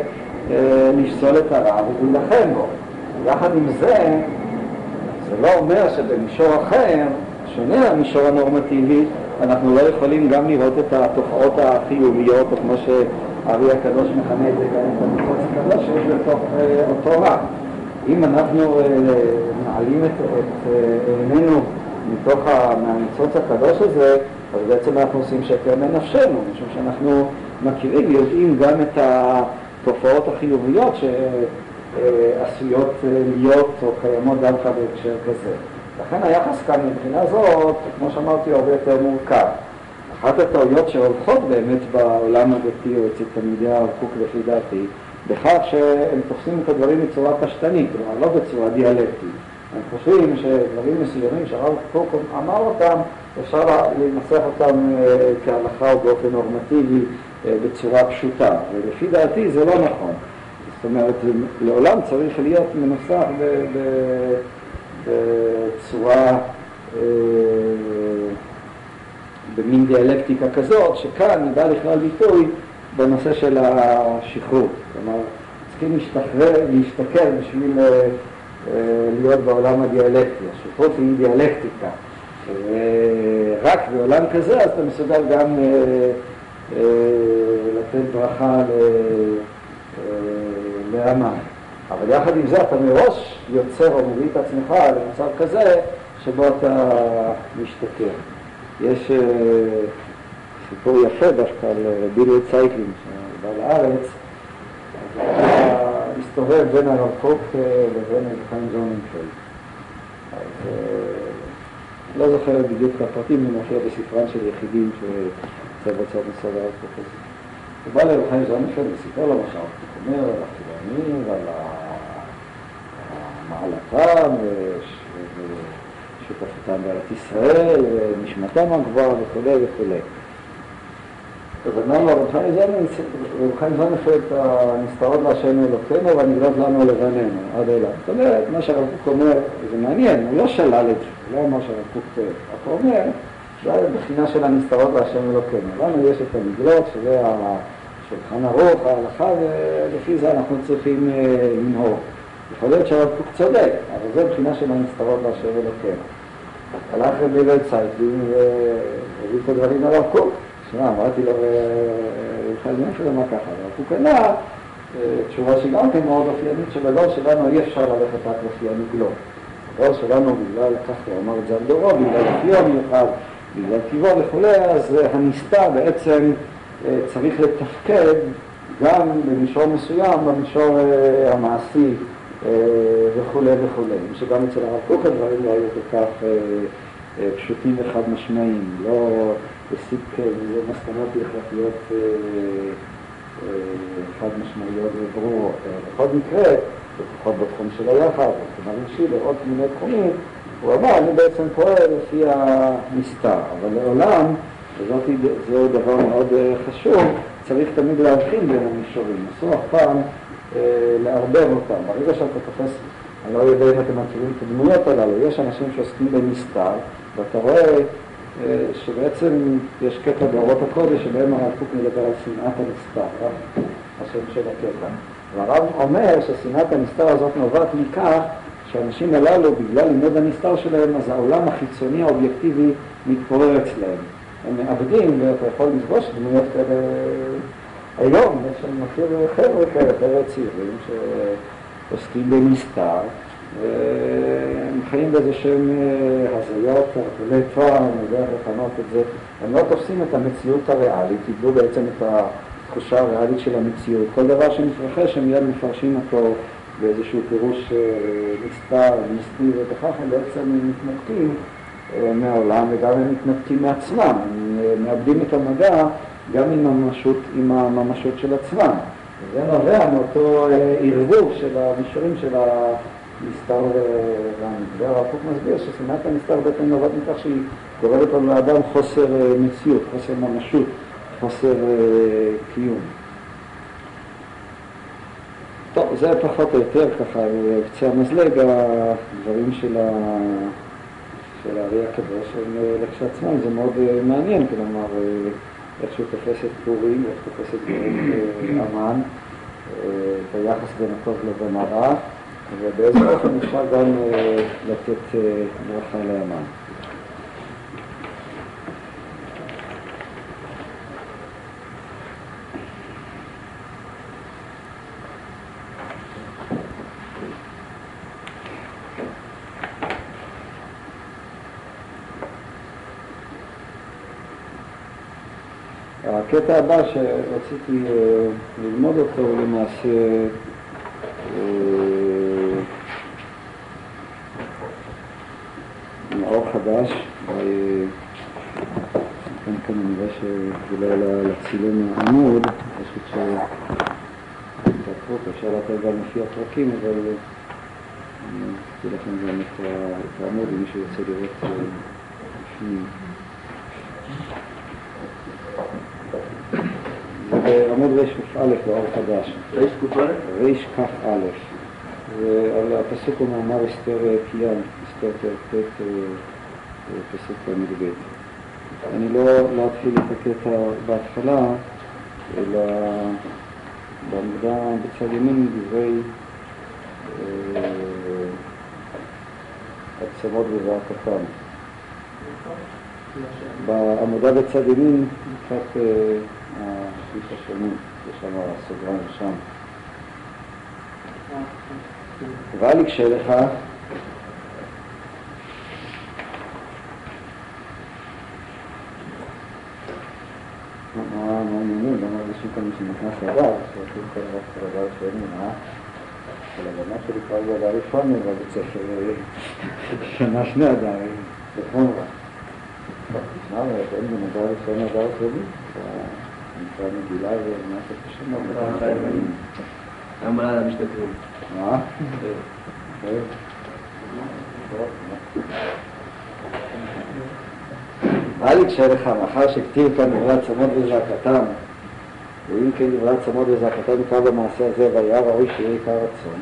לפסול את הרע ולהילחם בו. יחד עם זה, זה לא אומר שבמישור אחר, שונה למישור הנורמטיבי, אנחנו לא יכולים גם לראות את התופעות החיוביות, או כמו שהארי הקדוש מכנה את זה גם את הניצוץ הקדוש שיש בתוך אותו רע. אם אנחנו מעלים את, את עינינו מתוך מהניצוץ הקדוש הזה, אז בעצם אנחנו עושים שקר מנפשנו, משום שאנחנו מכירים, יודעים גם את התופעות החיוביות שעשויות להיות או קיימות דווקא בהקשר כזה. לכן היחס כאן מבחינה זאת, כמו שאמרתי, הרבה יותר מורכב. אחת הטעויות שהולכות באמת בעולם הדתי או אצל תלמידי הרב קוק לפי דעתי, בכך שהם תופסים את הדברים בצורה פשטנית, כלומר לא בצורה דיאלקטית. הם חושבים שדברים מסוימים שהרב קוק אמר אותם, אפשר לנסח אותם כהלכה או באופן נורמטיבי בצורה פשוטה. ולפי דעתי זה לא נכון. זאת אומרת, לעולם צריך להיות מנוסח ב... בצורה, במין דיאלקטיקה כזאת, שכאן נדע לכלל ביטוי בנושא של השחרור. כלומר, צריכים להשתחרר, להשתכר בשביל להיות בעולם הדיאלקטי. השחרור היא דיאלקטיקה. רק בעולם כזה, אז אתה מסוגל גם לתת ברכה לאמן. אבל יחד עם זה אתה מראש יוצר או מביא את עצמך למצב כזה שבו אתה משתכר. יש סיפור יפה דווקא על בילי צייקלין שבא לארץ, אז הוא הסתובב בין הרב קוק לבין חיים זוננפלד. אז לא זוכר בדיוק את הפרטים, אני מופיע בספרן של יחידים שיצא בצד מסוד הרב קוק הזה. הוא בא לרב חיים זוננפלד וסיפר לו מה שהרב קוק אומר על החילונים ועל מעלתם ושותפותם בארץ ישראל ונשמתם הגבוהה וכו' וכו'. אז אמר לו, רב חיים זוננפלד, הנסתרות להשם אלוקינו והנגלות לנו לבנינו, עד אליו. זאת אומרת, מה שהרב קוק אומר, זה מעניין, הוא לא שלל את זה, לא אומר שהרב קוק טועה. הוא אומר, זה בחינה של הנסתרות להשם אלוקינו. לנו יש את הנגלות, שזה השולחן ערוך, ההלכה, ולפי זה אנחנו צריכים לנהוג. יכול להיות שהרב קוק צודק, אבל זה בחינה של הנסתרות להשם אלוקינו. הלך רבי בילי צייקלין והביא את הדברים על הרב קוק. שמע, אמרתי לו, חייבים שלו מה ככה, הרב קוק ענה, תשובה שגם כן מאוד אופיינית שבדור שלנו אי אפשר ללכת רק לפי הנגלות. בדור שלנו בגלל, כך הוא אמר את זה על דורו, בגלל אופיו מיוחד, בגלל טיבו וכו', אז הנסתר בעצם צריך לתפקד גם במישור מסוים, במישור המעשי וכו' וכו'. שגם אצל הרב קוק הדברים לא היו כל כך פשוטים וחד משמעיים, לא הסיק מזה מסקנות הלכתיות חד משמעיות וברורות. בכל מקרה, לפחות בתחום של היחד, בתחום הרגשי, בעוד מיני תחומים, הוא אמר, אני בעצם פועל לפי הנסתר, אבל לעולם, וזהו דבר מאוד חשוב, צריך תמיד להבחין בין המישורים. אסור אף פעם לערבב אותם. ברגע שאתה תופס, אני לא יודע אם אתם מכירים את הדמויות הללו, יש אנשים שעוסקים בנסתר, ואתה רואה שבעצם יש קטע באורות הקודש שבהם הרב קוק מדבר על שנאת הנסתר, השם של הקטע. והרב אומר ששנאת הנסתר הזאת נובעת מכך שהאנשים הללו, בגלל לימוד הנסתר שלהם, אז העולם החיצוני האובייקטיבי מתפורר אצלהם. הם מאבדים, ואתה יכול לפגוש דמויות כאלה היום. יש אני מכיר חבר'ה כאלה, חבר'ה צעירים שעוסקים בנסתר, והם חיים באיזה שהם הזיות, הרפולי תואר, אני יודע איך לכנות את זה. הם לא תופסים את המציאות הריאלית, איבדו בעצם את התחושה הריאלית של המציאות. כל דבר שמתרחש, הם מיד מפרשים אותו באיזשהו פירוש נסתר, נסתיר, וכך הם בעצם מתנתקים מהעולם, וגם הם מתנתקים מעצמם. הם מאבדים את המגע גם עם הממשות, עם הממשות של עצמם. וזה נובע מאותו ערבוב של המישורים של הנסתר והנגלה. הרב קוק מסביר ששנאת הנסתר בעצם נובעת מכך שהיא גורמת לנו לאדם חוסר מציאות, חוסר ממשות, חוסר קיום. טוב, זה פחות או יותר ככה, קצה המזלג, הדברים של ה... של הארי הקדוש, לכשעצמם זה מאוד מעניין, כלומר, איך שהוא תופס את פורים, איך תופס את גורם אמן, את היחס בין הטוב לבין הרע, ובאיזה אופן אפשר גם לתת ברכה לאמן. הקטע הבא שרציתי ללמוד אותו הוא למעשה מאור חדש. כאן כאן אני רואה שאולי לצילום העמוד, פשוט שתעקרו, אפשר לתת גם לפי הפרקים, אבל אני אתן לכם גם את העמוד אם מישהו יוצא לראות לפני. זה עמוד ריש קף א' באור חדש. ריש קף א'? ריש קף א'. והפסוק הוא מאמר אסתר קיאן, אסתר תרפת פסוק המדבט. אני לא אתחיל את הקטע בהתחלה, אלא בעמודה בצד ימין דברי עצמות וזעקתן. בעמודה בצד ימין קצת השליש השני, יש שם סוגריים שם. ואל יקשה לך מה העניינים, למה אנשים כאן שנכנס לדעת, שעושים כל הרב של הדעת שני, אה? של הבנה שלי כבר זה הדעת ראשון, אבל בצפר שנה שני הדעת, נכון רע. תשמע, ואתם גם הדעת ראשון הדעת שני, נקרא מגילה ונעשה כשנה. היום עלה למשתתפים. מה? אל יקשה לך, מאחר שכתיב כאן דברי עצמות וזעקתם, ואם כן דברי עצמות וזעקתם נקרא במעשה הזה, והיה ראוי שיהיה עיקר רצון.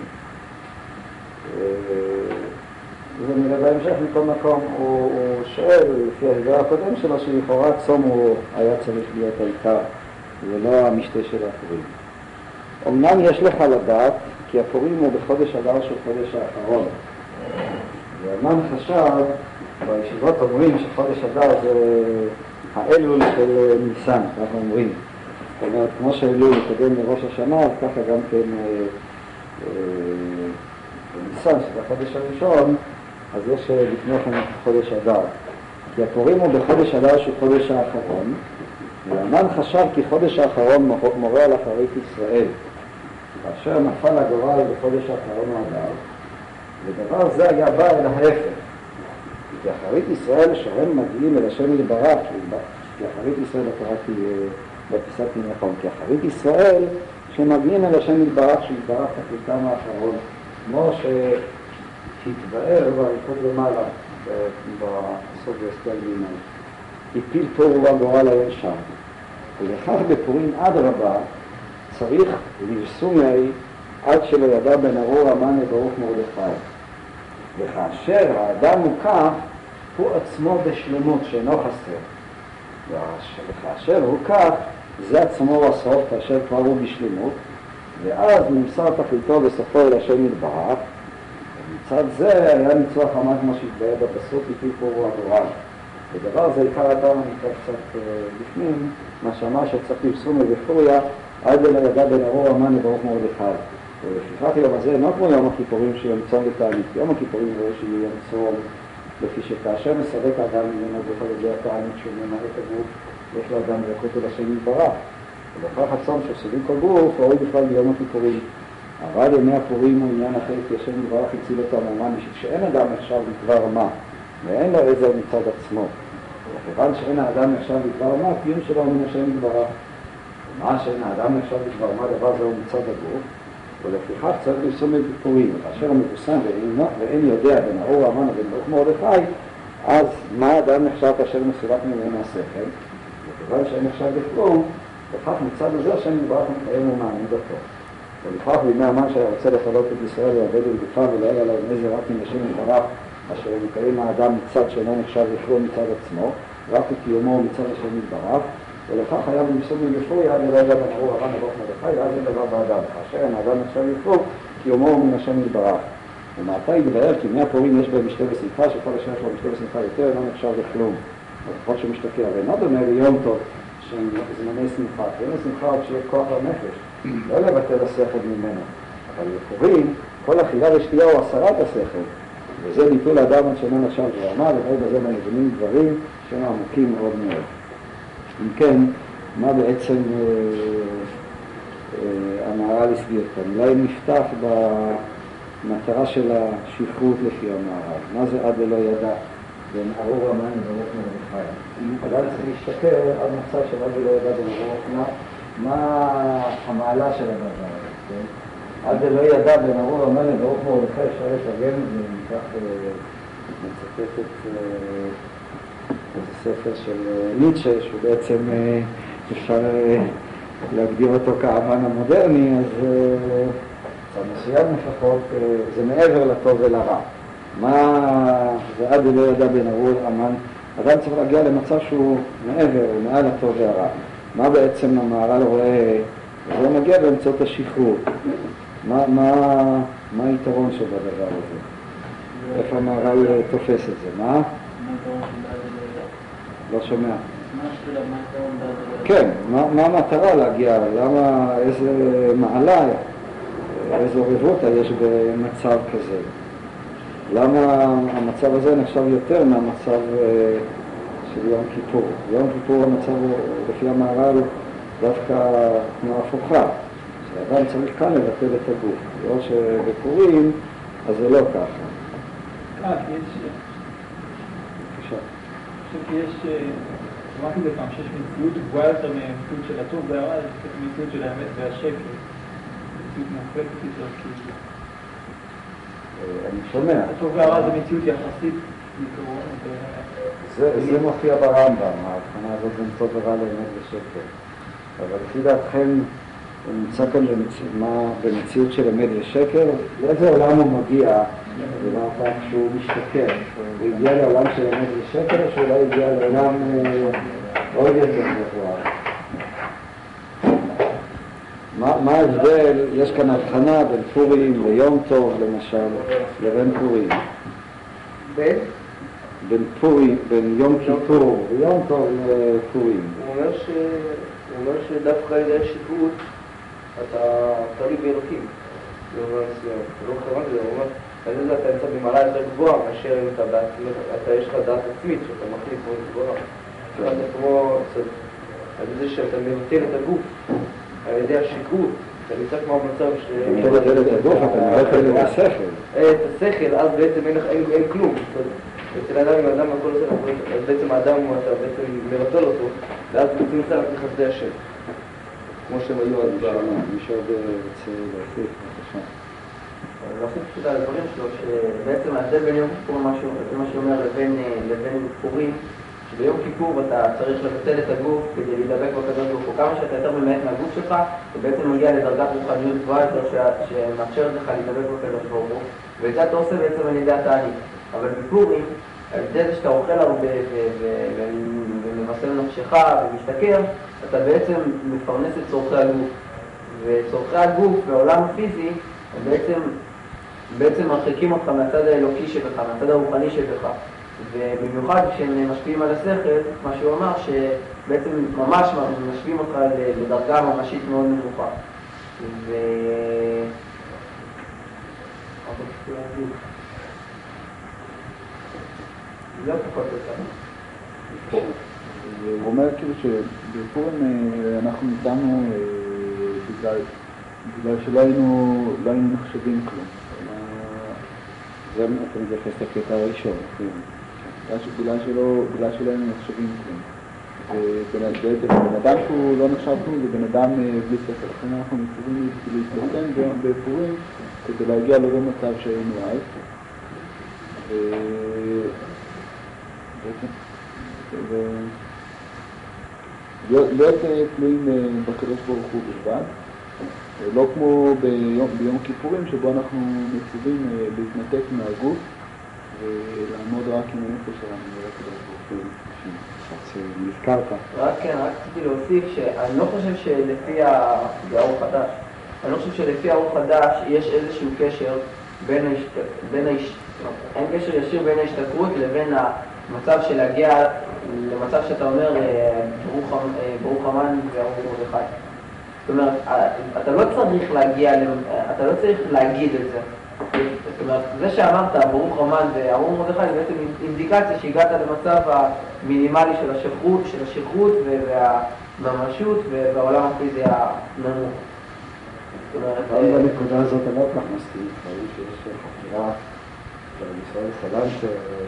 ונראה בהמשך מכל מקום, הוא שואל, לפי ההסבר הקודם שלו, שלכאורה צום הוא היה צריך להיות העיקר, ולא המשתה של הפורים. אמנם יש לך לדעת, כי הפורים הוא בחודש אדר של חודש האחרון. ואמן חשב, בישיבות אומרים שחודש אדר זה האלול של ניסן, אנחנו אומרים. זאת אומרת, כמו שאלול קודם לראש השנה, אז ככה גם כן ניסן, שזה החודש הראשון, אז יש לפני כן חודש אדר. כי הפורים הוא בחודש אדר של חודש האחרון, ואמן חשב כי חודש האחרון מורה על אחרית ישראל. כאשר נפל הגורל בחודש האחרון האדר, ודבר זה היה בא אל ההפך. כי אחרית ישראל שהם מגיעים אל השם יתברך, כי אחרית ישראל קראתי בפיסת נכון, כי אחרית ישראל שמגיעים אל השם יתברך, שיתברך תכליתם האחרון, כמו שהתבאר באריכות למעלה, בסוף ואסתר מיני. הפיל פור והגורל היה שם. ולכך בפורים עד רבה, צריך לבסומי עד שלא ידע בן ארור המן לברוך מרדכי. וכאשר האדם מוקף, הוא עצמו בשלמות שאינו חסר. וכאשר הוא כך, זה עצמו הסוף, כאשר כבר הוא בשלמות, ואז נמסר תכליתו בסופו אל השם יתברך, ומצד זה היה ניצוח ממש כמו שהתבאר בפסוק, לפי פור והגורל. ודבר זה עיקר הטעם, אני אקרא קצת בפנים, מה שאמר שצריך לבסומי בפוריה, עד אל הידע בן ארור המן לברוך מרדכי. ולפיכך יום הזה אינו כמו יום הכיפורים שיום צום ותענית. יום הכיפורים רואה שיהיה יום צום, לפי שכאשר מסלק האדם ממנו בכל ידי התענית שהוא ממלא את הגוף, יש לו אדם ללכות אל השם יתברך. ולכך הצום שסובים כל גוף, ראוי בכלל ביום הכיפורים. אבל ימי הפורים הוא עניין אחר, כי השם יתברך הציל אותו המומן, שאין אדם נחשב לדבר מה, ואין לו עזר מצד עצמו. וכיוון שאין האדם נחשב לדבר מה, קיום שלו מן השם יתברך. מה שאין האדם נחשב לדבר מה, דבר זה הוא מצד הגוף, ולפיכך צריך לבסום בפורים. וכאשר המבוסם ואין יודע בין ארור המן ובין ברוך מרדכי, אז מה האדם נחשב כאשר מסולק ממנו השכל? וכיוון שאין נחשב בכלום, וכך מצד הזה השם יתברך מקיים ומעמיד אותו. ולכך בימי המן שהיה רוצה לכלות את ישראל ועבד ולגופה ולא היה לו נזר רק מן השם יתברך, אשר מקיים האדם מצד שאינו נחשב בכלום מצד עצמו, רק את קיומו מצד השם יתברך, ולכך היה במסוג מבפורי עד לרגע בן ארור הר"ן נבוך מרדכי ואז אין דבר באדם. כאשר אין האדם נחשב לפרוק כי יומו מן השם יתברך. ומעתה יתברר כי מאה פורים יש בהם משתה ושמחה, שכל אשר יש לו משתה ושמחה יותר אינו נחשב לכלום. לפחות שמשתכר, ואינו דומה ליום טוב שהם זמני שמחה. זמני שמחה עוד שיהיה כוח לנפש, לא לבטל השכל ממנו. אבל לפורים, כל אכילה ושתייה הוא הסרת השכל. וזה ביטול האדם עד שאינו נחשב ברמה, וברגע בזה מבינים דברים שהם עמוקים מאוד מאוד. אם כן, מה בעצם אה, אה, המהר"ל הסביר כאן? אולי נפתח במטרה של השכרות לפי המהר"ל. מה זה עד ולא ידע בין ארור המן לברוך מרדכי? אדם צריך להשתכר עד מצב של עד ולא ידע בין ארור המן, מה המעלה של הדבר הזה, כן? עד ולא ידע בין ארור המן לברוך מרדכי אפשר לתרגם את זה, ניקח מצטט את איזה ספר של ניטשה, שהוא בעצם אפשר להגדיר אותו כאמן המודרני, אז צד מסוים לפחות זה מעבר לטוב ולרע. מה זה עד ולא ידע בין ארור המן? אדם צריך להגיע למצב שהוא מעבר, הוא מעל הטוב והרע. מה בעצם המהר"ל רואה? זה מגיע באמצעות השחרור. מה, מה, מה היתרון שבדבר הזה? איפה המהר"ל תופס את זה? מה? לא שומע. כן, מה, מה המטרה להגיע? למה, איזה מעלה, איזו רבותא יש במצב כזה? למה המצב הזה נחשב יותר מהמצב של יום כיפור? יום כיפור המצב הוא, לפי המהר"ל, דווקא כמו הפוכה. שאדם צריך כאן לבטל את הגוף. לא שבפורים, אז זה לא ככה. אה, כי יש... בבקשה. אני חושב כי יש... אמרתי בפעם שיש מציאות גבוהה יותר מהמציאות של הטוב והרע, זה מציאות של האמת והשקר. מציאות מוחלטת יותר, כאילו. אני שומע. הטוב והרע זה מציאות יחסית מקרוב. זה מופיע ברמב"ם, ההבחנה הזאת בין טוב ורע לאמת ושקר. אבל לפי דעתכם, הוא נמצא כאן במציאות של אמת ושקר, לאיזה עולם הוא מגיע, דבר כך שהוא משתכר. הוא הגיע לעולם של אמת ושקר, או שאולי הגיע לעולם עוד יותר גבוה. מה ההבדל? יש כאן הבחנה בין פורים ליום טוב, למשל, לבין פורים. בין? בין פורים, בין יום כיפור ויום טוב לפורים. הוא אומר ש... הוא אומר שדווקא על ידי שכרות אתה תלוי באלוקים. הוא אומר, לא חרמן זה, הוא אומר, על זה אתה נמצא במעלה יותר גבוהה, מאשר אם אתה יש לך דעת עצמית, שאתה מחליט מאוד גבוהה. אתה כמו, על זה שאתה מבטל את הגוף, על ידי השכרות, אתה נמצא כמו במצב ש... אתה מבטל את הגוף, אתה מבטל את השכל. את השכל, אז בעצם אין כלום. אצל האדם, אם האדם הכל עושה, אז בעצם האדם הוא אתה בעצם מבטל אותו, ואז הוא נמצא רק לחסדי השם. כמו שהם היו עד בעולם. מי שעוד רוצה להוסיף, בבקשה. להוסיף פשוט על הדברים שלו, שבעצם ההבדל בין יום כיפור, זה מה שאומר, לבין פורים, שביום כיפור אתה צריך לבטל את הגוף כדי להידבק בקדוש ברוך הוא. כמה שאתה יותר ממעט מהגוף שלך, אתה בעצם מגיע לדרגת רוחניות גבוהה יותר שמאפשרת לך להידבק בקדוש ברוך הוא, ואת זה אתה עושה בעצם על ידי התהליך. אבל בפורים, על ידי זה שאתה אוכל הרבה וממסל נפשך ומשתכר, אתה בעצם מפרנס את צורכי הגוף. וצורכי הגוף בעולם הפיזי הם בעצם, בעצם מרחיקים אותך מהצד האלוקי שבך, מהצד הרוחני שבך. ובמיוחד כשהם משפיעים על השכל, מה שהוא אמר, שבעצם ממש משפיעים אותך לדרגה ממשית מאוד נמוכה. ו... לא פחות יותר. הוא אומר כאילו שבפורים אנחנו ניתנו בגלל שלא היינו נחשבים כלום. זה אתה מתייחס לקטע הראשון, בגלל שלא היינו נחשבים כלום. בן אדם שהוא לא נחשב כלום זה בן אדם בלי ספר, לכן אנחנו מצווים להתבטן בפורים כדי להגיע לאותו מצב שהיינו אז. להיות תלויים בקדוש ברוך הוא בלבד, לא כמו ביום כיפורים שבו אנחנו מצווים להתנתק מהגוף ולעמוד רק עם הנפש שלנו, לא כדאי באופן שנזכרת. רק כן, רק רציתי להוסיף שאני לא חושב שלפי האור חדש, אני לא חושב שלפי האור חדש יש איזשהו קשר בין ההשת... בין ההש... אין קשר ישיר בין ההשתכרות לבין המצב של להגיע למצב שאתה אומר ברוך, ברוך המן וארוך מרדכי. זאת אומרת, אתה לא צריך להגיע, אתה לא צריך להגיד את זה. זאת אומרת, זה שאמרת ברוך המן וארוך מרדכי זה בעצם אינדיקציה שהגעת למצב המינימלי של השכרות, של השכרות והממשות והעולם הפיזי הנמוך. אבל בנקודה הזאת אני לא כך מסכים, חייב שיש חקירה של ישראל סלנט,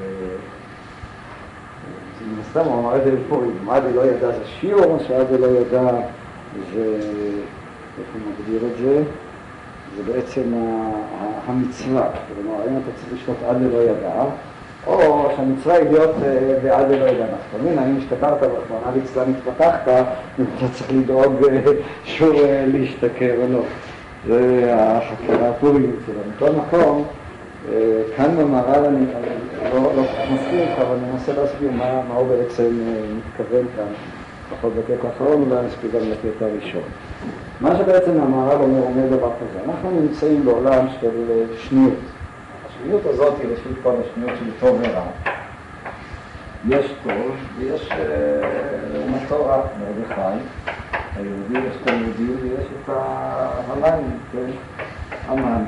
מן הסתם הוא אמר את זה בפורים, מה זה לא ידע זה שיעור, מה זה לא ידע זה, איך הוא מגדיר את זה, זה בעצם המצווה, כלומר, האם אתה צריך לשתות עד ללא ידע, או שהמצווה היא להיות בעד ללא ידע. נפתמין, האם השתכרת ורחמנא ליצלן התפתחת, אתה צריך לדאוג שוב להשתכר או לא. זה החקירה הפורית שלו. מכל מקום, כאן במהר"ל אני לא כל כך מסכים, אבל אני מנסה להסביר מה הוא בעצם מתכוון כאן, פחות בקטע האחרון, אולי נספיק גם לקטע הראשון. מה שבעצם המהר"ל אומר, אומר דבר כזה, אנחנו נמצאים בעולם של שניות. השניות הזאת היא ראשית כל השניות של טוב ורע. יש טוב ויש לעומתו רע, מרדכי. היהודי יש את היהודי ויש את המן, כן? המן.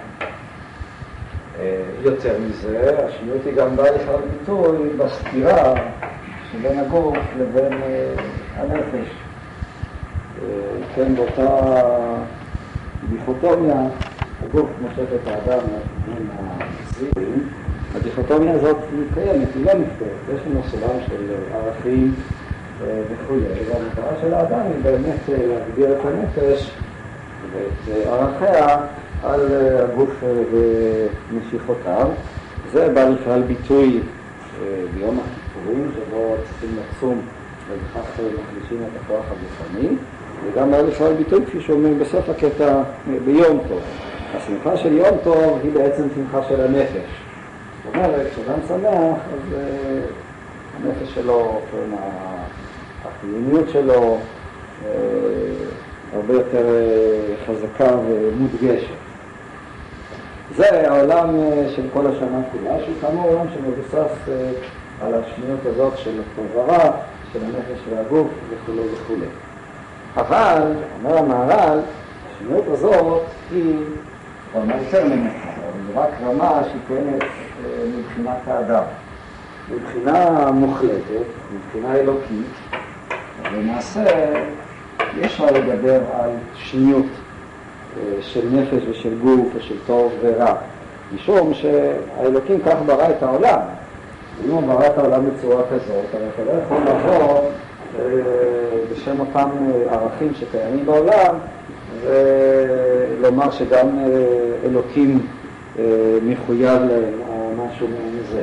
יותר מזה, השניות היא גם באה לכלל ביטוי בסתירה שבין הגוף לבין הנפש. כן, באותה דיכוטומיה, הגוף מושך את האדם מן המצרים, הדיכוטומיה הזאת מתקיימת, היא לא נפתרת. יש לנו סולם של ערכים וכו'. והמטרה של האדם היא באמת להגביר את הנפש ואת ערכיה על הגוף ומשיכותיו. זה בא לכלל ביטוי ביום הכיפורים, שבו צריכים לצום ולכך מחלישים את הכוח הגופני, וגם בא לכלל ביטוי, כפי שאומרים בסוף הקטע, ביום טוב. השמחה של יום טוב היא בעצם שמחה של הנפש. זאת אומרת, כשאדם שמח, אז הנפש שלו, החיוניות שלו, הרבה יותר חזקה ומודגשת. זה העולם של כל השנה כולה, שהוא כאמור עולם שמבוסס על השניות הזאת של הטוב ורע, של הנפש והגוף וכו' וכו'. אבל, אומר המהר"ל, השניות הזאת היא רמה יותר נמוכה, אבל רק רמה שהיא קיימת מבחינת האדם. מבחינה מוחלטת, מבחינה אלוקית, למעשה יש מה לדבר על שניות של נפש ושל גוף ושל טוב ורע, משום שהאלוקים כך ברא את העולם. אם הוא ברא את העולם בצורה כזאת, אבל אתה לא יכול לבוא בשם אותם ערכים שקיימים בעולם ולומר שגם אלוקים מחויב להם או משהו מזה.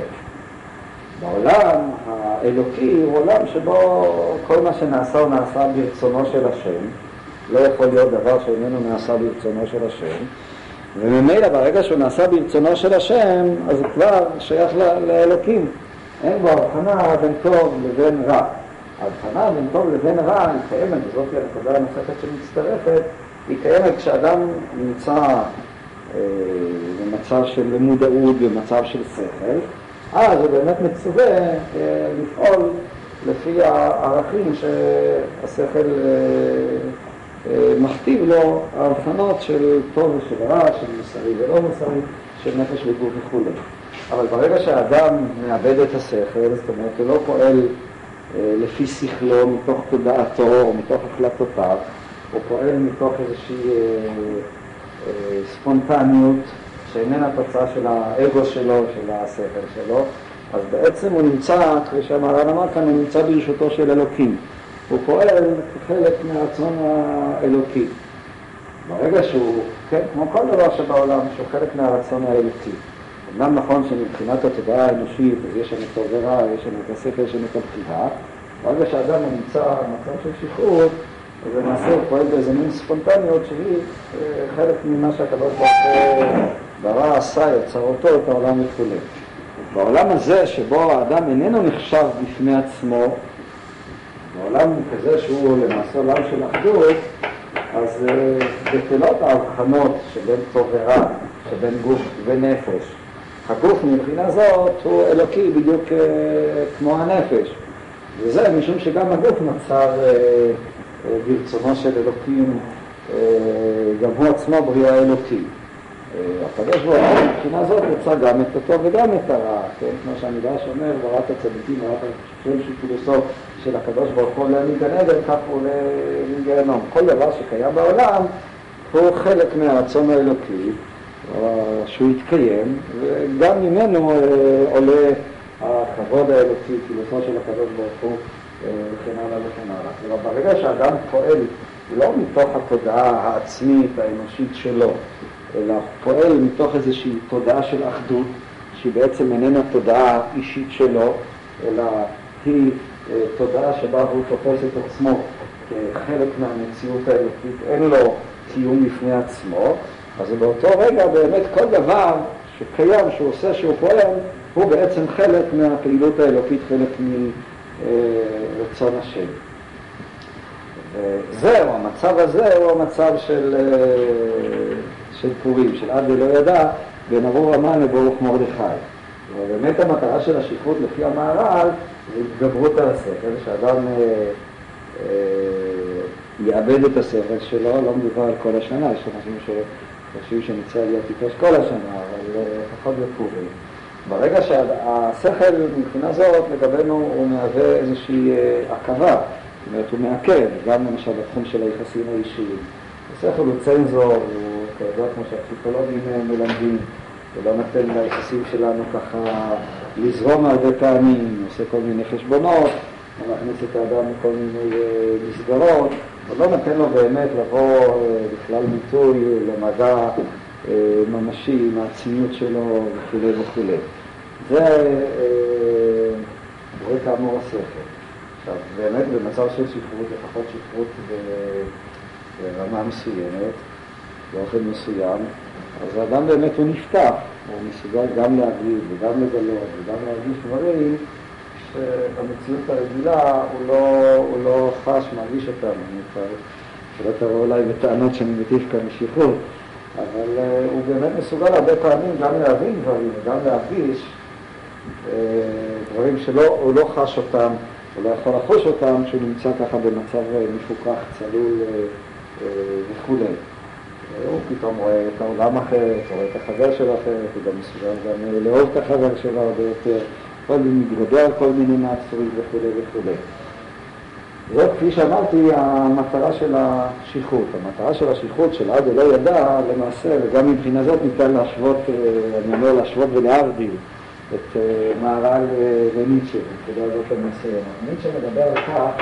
בעולם האלוקי הוא עולם שבו כל מה שנעשה הוא נעשה ברצונו של השם, לא יכול להיות דבר שאיננו נעשה ברצונו של השם, וממילא ברגע שהוא נעשה ברצונו של השם, אז הוא כבר שייך לאלוקים. אין בו הבחנה בין טוב לבין רע. ההבחנה בין טוב לבין רע היא קיימת, וזאת היא הנקודה הנוספת שמצטרפת, היא קיימת כשאדם נמצא אה, במצב של מודעות, במצב של שכל, אז הוא באמת מצווה אה, לפעול לפי הערכים שהשכל אה, אה, מכתיב לו, ההבחנות של טוב ושל רע, של מוסרי ולא מוסרי, של נפש וגוף וכו'. אבל ברגע שהאדם מאבד את השכל, זאת אומרת, הוא לא פועל אה, לפי שכלו, מתוך תודעתו או מתוך החלטותיו, הוא פועל מתוך איזושהי אה, אה, ספונטניות, שאיננה תוצאה של האגו שלו, של השכל שלו, אז בעצם הוא נמצא, כפי שהמהר"ל אמר כאן, הוא נמצא ברשותו של אלוקים. הוא פועל כחלק מהרצון האלוקי. ברגע שהוא, כן, כמו כל דבר שבעולם, שהוא חלק מהרצון האלוקי. אמנם נכון שמבחינת התודעה האנושית, אז יש לנו טוב ורע, יש לנו את השכל, יש לנו את הבחירה. ברגע שהאדם נמצא במצב של שחרור, אז למעשה הוא פועל באיזה מין ספונטניות שהיא חלק ממה שהקדוש ברוך הוא ברא, עשה, יצר אותו, את העולם וכו'. בעולם הזה שבו האדם איננו נחשב בפני עצמו, בעולם כזה שהוא למעשה עולם של אחדות, אז בטלות ההבחנות שבין טוב ורע, שבין גוף ונפש. הגוף מבחינה זאת הוא אלוקי בדיוק כמו הנפש, וזה משום שגם הגוף נוצר ברצונו של אלוקים, גם הוא עצמו בריאה אלוקי. הקדוש ברוך הוא מבחינה זאת יצא גם את הטוב וגם את הרע, כן? כמו שהמדרש אומר, בראת הצדיקים, בראת השם של פילוסוף של הקדוש ברוך הוא עולה מגן עדן, כך הוא עולה מגיהנום. כל דבר שקיים בעולם הוא חלק מהרצון האלוקי שהוא יתקיים, וגם ממנו עולה הכבוד האלוקי, פילוסוף של הקדוש ברוך הוא וכן הלאה וכן הלאה. ברגע שאדם פועל לא מתוך התודעה העצמית האנושית שלו, אלא פועל מתוך איזושהי תודעה של אחדות, שהיא בעצם איננה תודעה אישית שלו, אלא היא תודעה שבה הוא תופס את עצמו כחלק מהמציאות האלוקית, אין לו קיום בפני עצמו, אז באותו רגע באמת כל דבר שקיים, שהוא עושה, שהוא פועל, הוא בעצם חלק מהפעילות האלוקית, חלק מרצון השם. וזהו, המצב הזה הוא המצב של, של פורים, של עד ולא ידע, בין ארור המן לברוך מרדכי. ובאמת המטרה של השכרות לפי המהר"ל זה התגברות על השכל, שאדם אה, אה, יאבד את השכל שלו, לא מדובר על כל השנה, יש אנשים שחושבים שנצא להיות טיפש כל השנה, אבל לפחות בפורים. ברגע שהשכל מבחינה זאת לגבינו הוא מהווה איזושהי עקבה, זאת אומרת הוא מעכב, גם למשל בתחום של היחסים האישיים. השכל הוא צנזור, הוא כידוע כמו שהפסיכולוגים מלמדים, ולא נותן ליחסים שלנו ככה לזרום הרבה פעמים, עושה כל מיני חשבונות, מכניס את האדם לכל מיני מסגרות, אבל לא נותן לו באמת לבוא בכלל מיטוי למדע ממשי עם העצמיות שלו וכו' וכו'. זה רואה כאמור השכל. עכשיו, באמת במצב של שפרות, לפחות שפרות ברמה מסוימת, באופן מסוים, אז האדם באמת הוא נפתח, הוא מסוגל גם להגיד וגם לגלות וגם להרגיש דברים שבמציאות הרגילה הוא לא, הוא לא חש, מרגיש אותם. אני כבר, שלא תראו אולי בטענות שאני מטיף כאן משכרות, אבל uh, הוא באמת מסוגל הרבה פעמים גם להבין דברים וגם להרגיש uh, דברים שהוא לא חש אותם, הוא לא יכול לחוש אותם כשהוא נמצא ככה במצב מפוקח, צלול uh, uh, וכו'. הוא פתאום רואה את העולם אחרת, רואה את החבר שלו אחרת, הוא גם מסוגל גם לאהוב את החבר שלו הרבה יותר, כל מיני מתגבר, כל מיני מעצורים וכו' וכו'. זאת, כפי שאמרתי, המטרה של השכרות. המטרה של השכרות של עד ולא ידע, למעשה, וגם מבחינה זאת ניתן להשוות, אני אומר להשוות ולהבדיל את מהר"ל וניטשה, כדי זאת למעשה. ניטשה מדבר על כך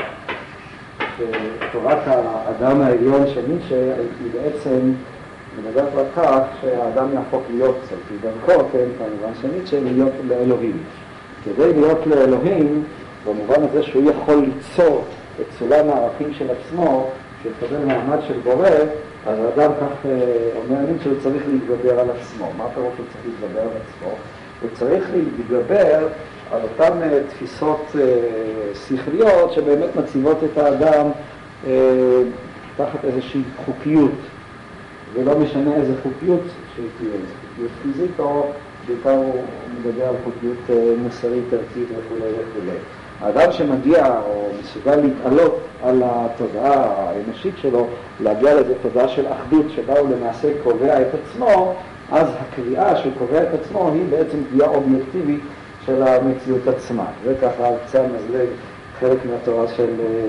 שתורת האדם העליון של ניטשה היא בעצם מדברת על כך שהאדם יהפוך להיות, על פי דרכו, כן, כמובן של ניטשה, להיות לאלוהים. כדי להיות לאלוהים, במובן הזה שהוא יכול ליצור את סולם הערכים של עצמו, שיקבל מעמד של בורא, אז האדם כך אומר שהוא צריך להתגבר על עצמו. מה פירוש שהוא צריך להתגבר על עצמו? הוא צריך להתגבר על אותן תפיסות שכליות שבאמת מציבות את האדם תחת איזושהי חוקיות, ולא משנה איזה חוקיות שהיא תהיה, איזו חוקיות פיזית או בעיקר הוא מדבר על חוקיות מוסרית, ערכית וכו' וכו'. האדם שמגיע או מסוגל להתעלות על התודעה האנושית שלו, להגיע לאיזו תודעה של אחדות שבה הוא למעשה קובע את עצמו, אז הקביעה שהוא קובע את עצמו היא בעצם קביעה אובייקטיבית של המציאות עצמה. וככה על קצה המזלג חלק מהתורה של,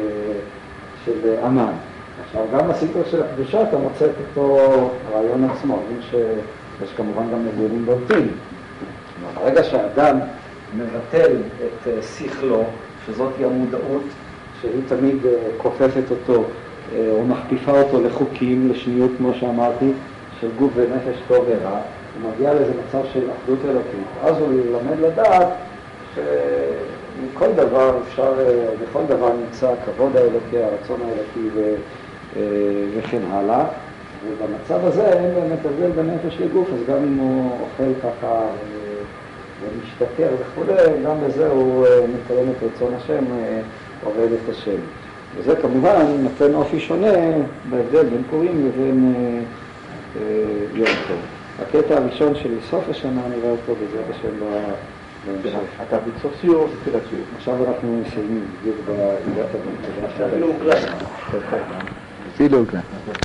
של אמן. עכשיו גם בספר של הקדושה אתה מוצא את אותו רעיון עצמו, שיש כמובן גם הבדלים בולטים. ברגע שהאדם מבטל את שכלו, שזאת היא המודעות שהיא תמיד כופפת אותו או מכפיפה אותו לחוקים, לשניות כמו שאמרתי, של גוף ונפש טוב ורע, הוא מגיע לאיזה מצב של אחדות אלוקית. אז הוא ילמד לדעת שמכל דבר אפשר, בכל דבר נמצא הכבוד האלוקי, הרצון האלוקי ו... וכן הלאה. ובמצב הזה אין באמת הבדל בין נפש לגוף, אז גם אם הוא אוכל ככה ומשתכר וכו', גם בזה הוא מקיים את רצון השם, עובד את השם. וזה כמובן נותן אופי שונה בהבדל בין פורים לבין אה, אה, יום טוב. הקטע הראשון של סוף השנה נראה אותו בעזרת השם בהמשך. אתה בסוף סיור או בתחילת סיור? עכשיו אנחנו מסיימים, בדיוק בעילת הבן. אפילו מוקלט. אפילו מוקלט.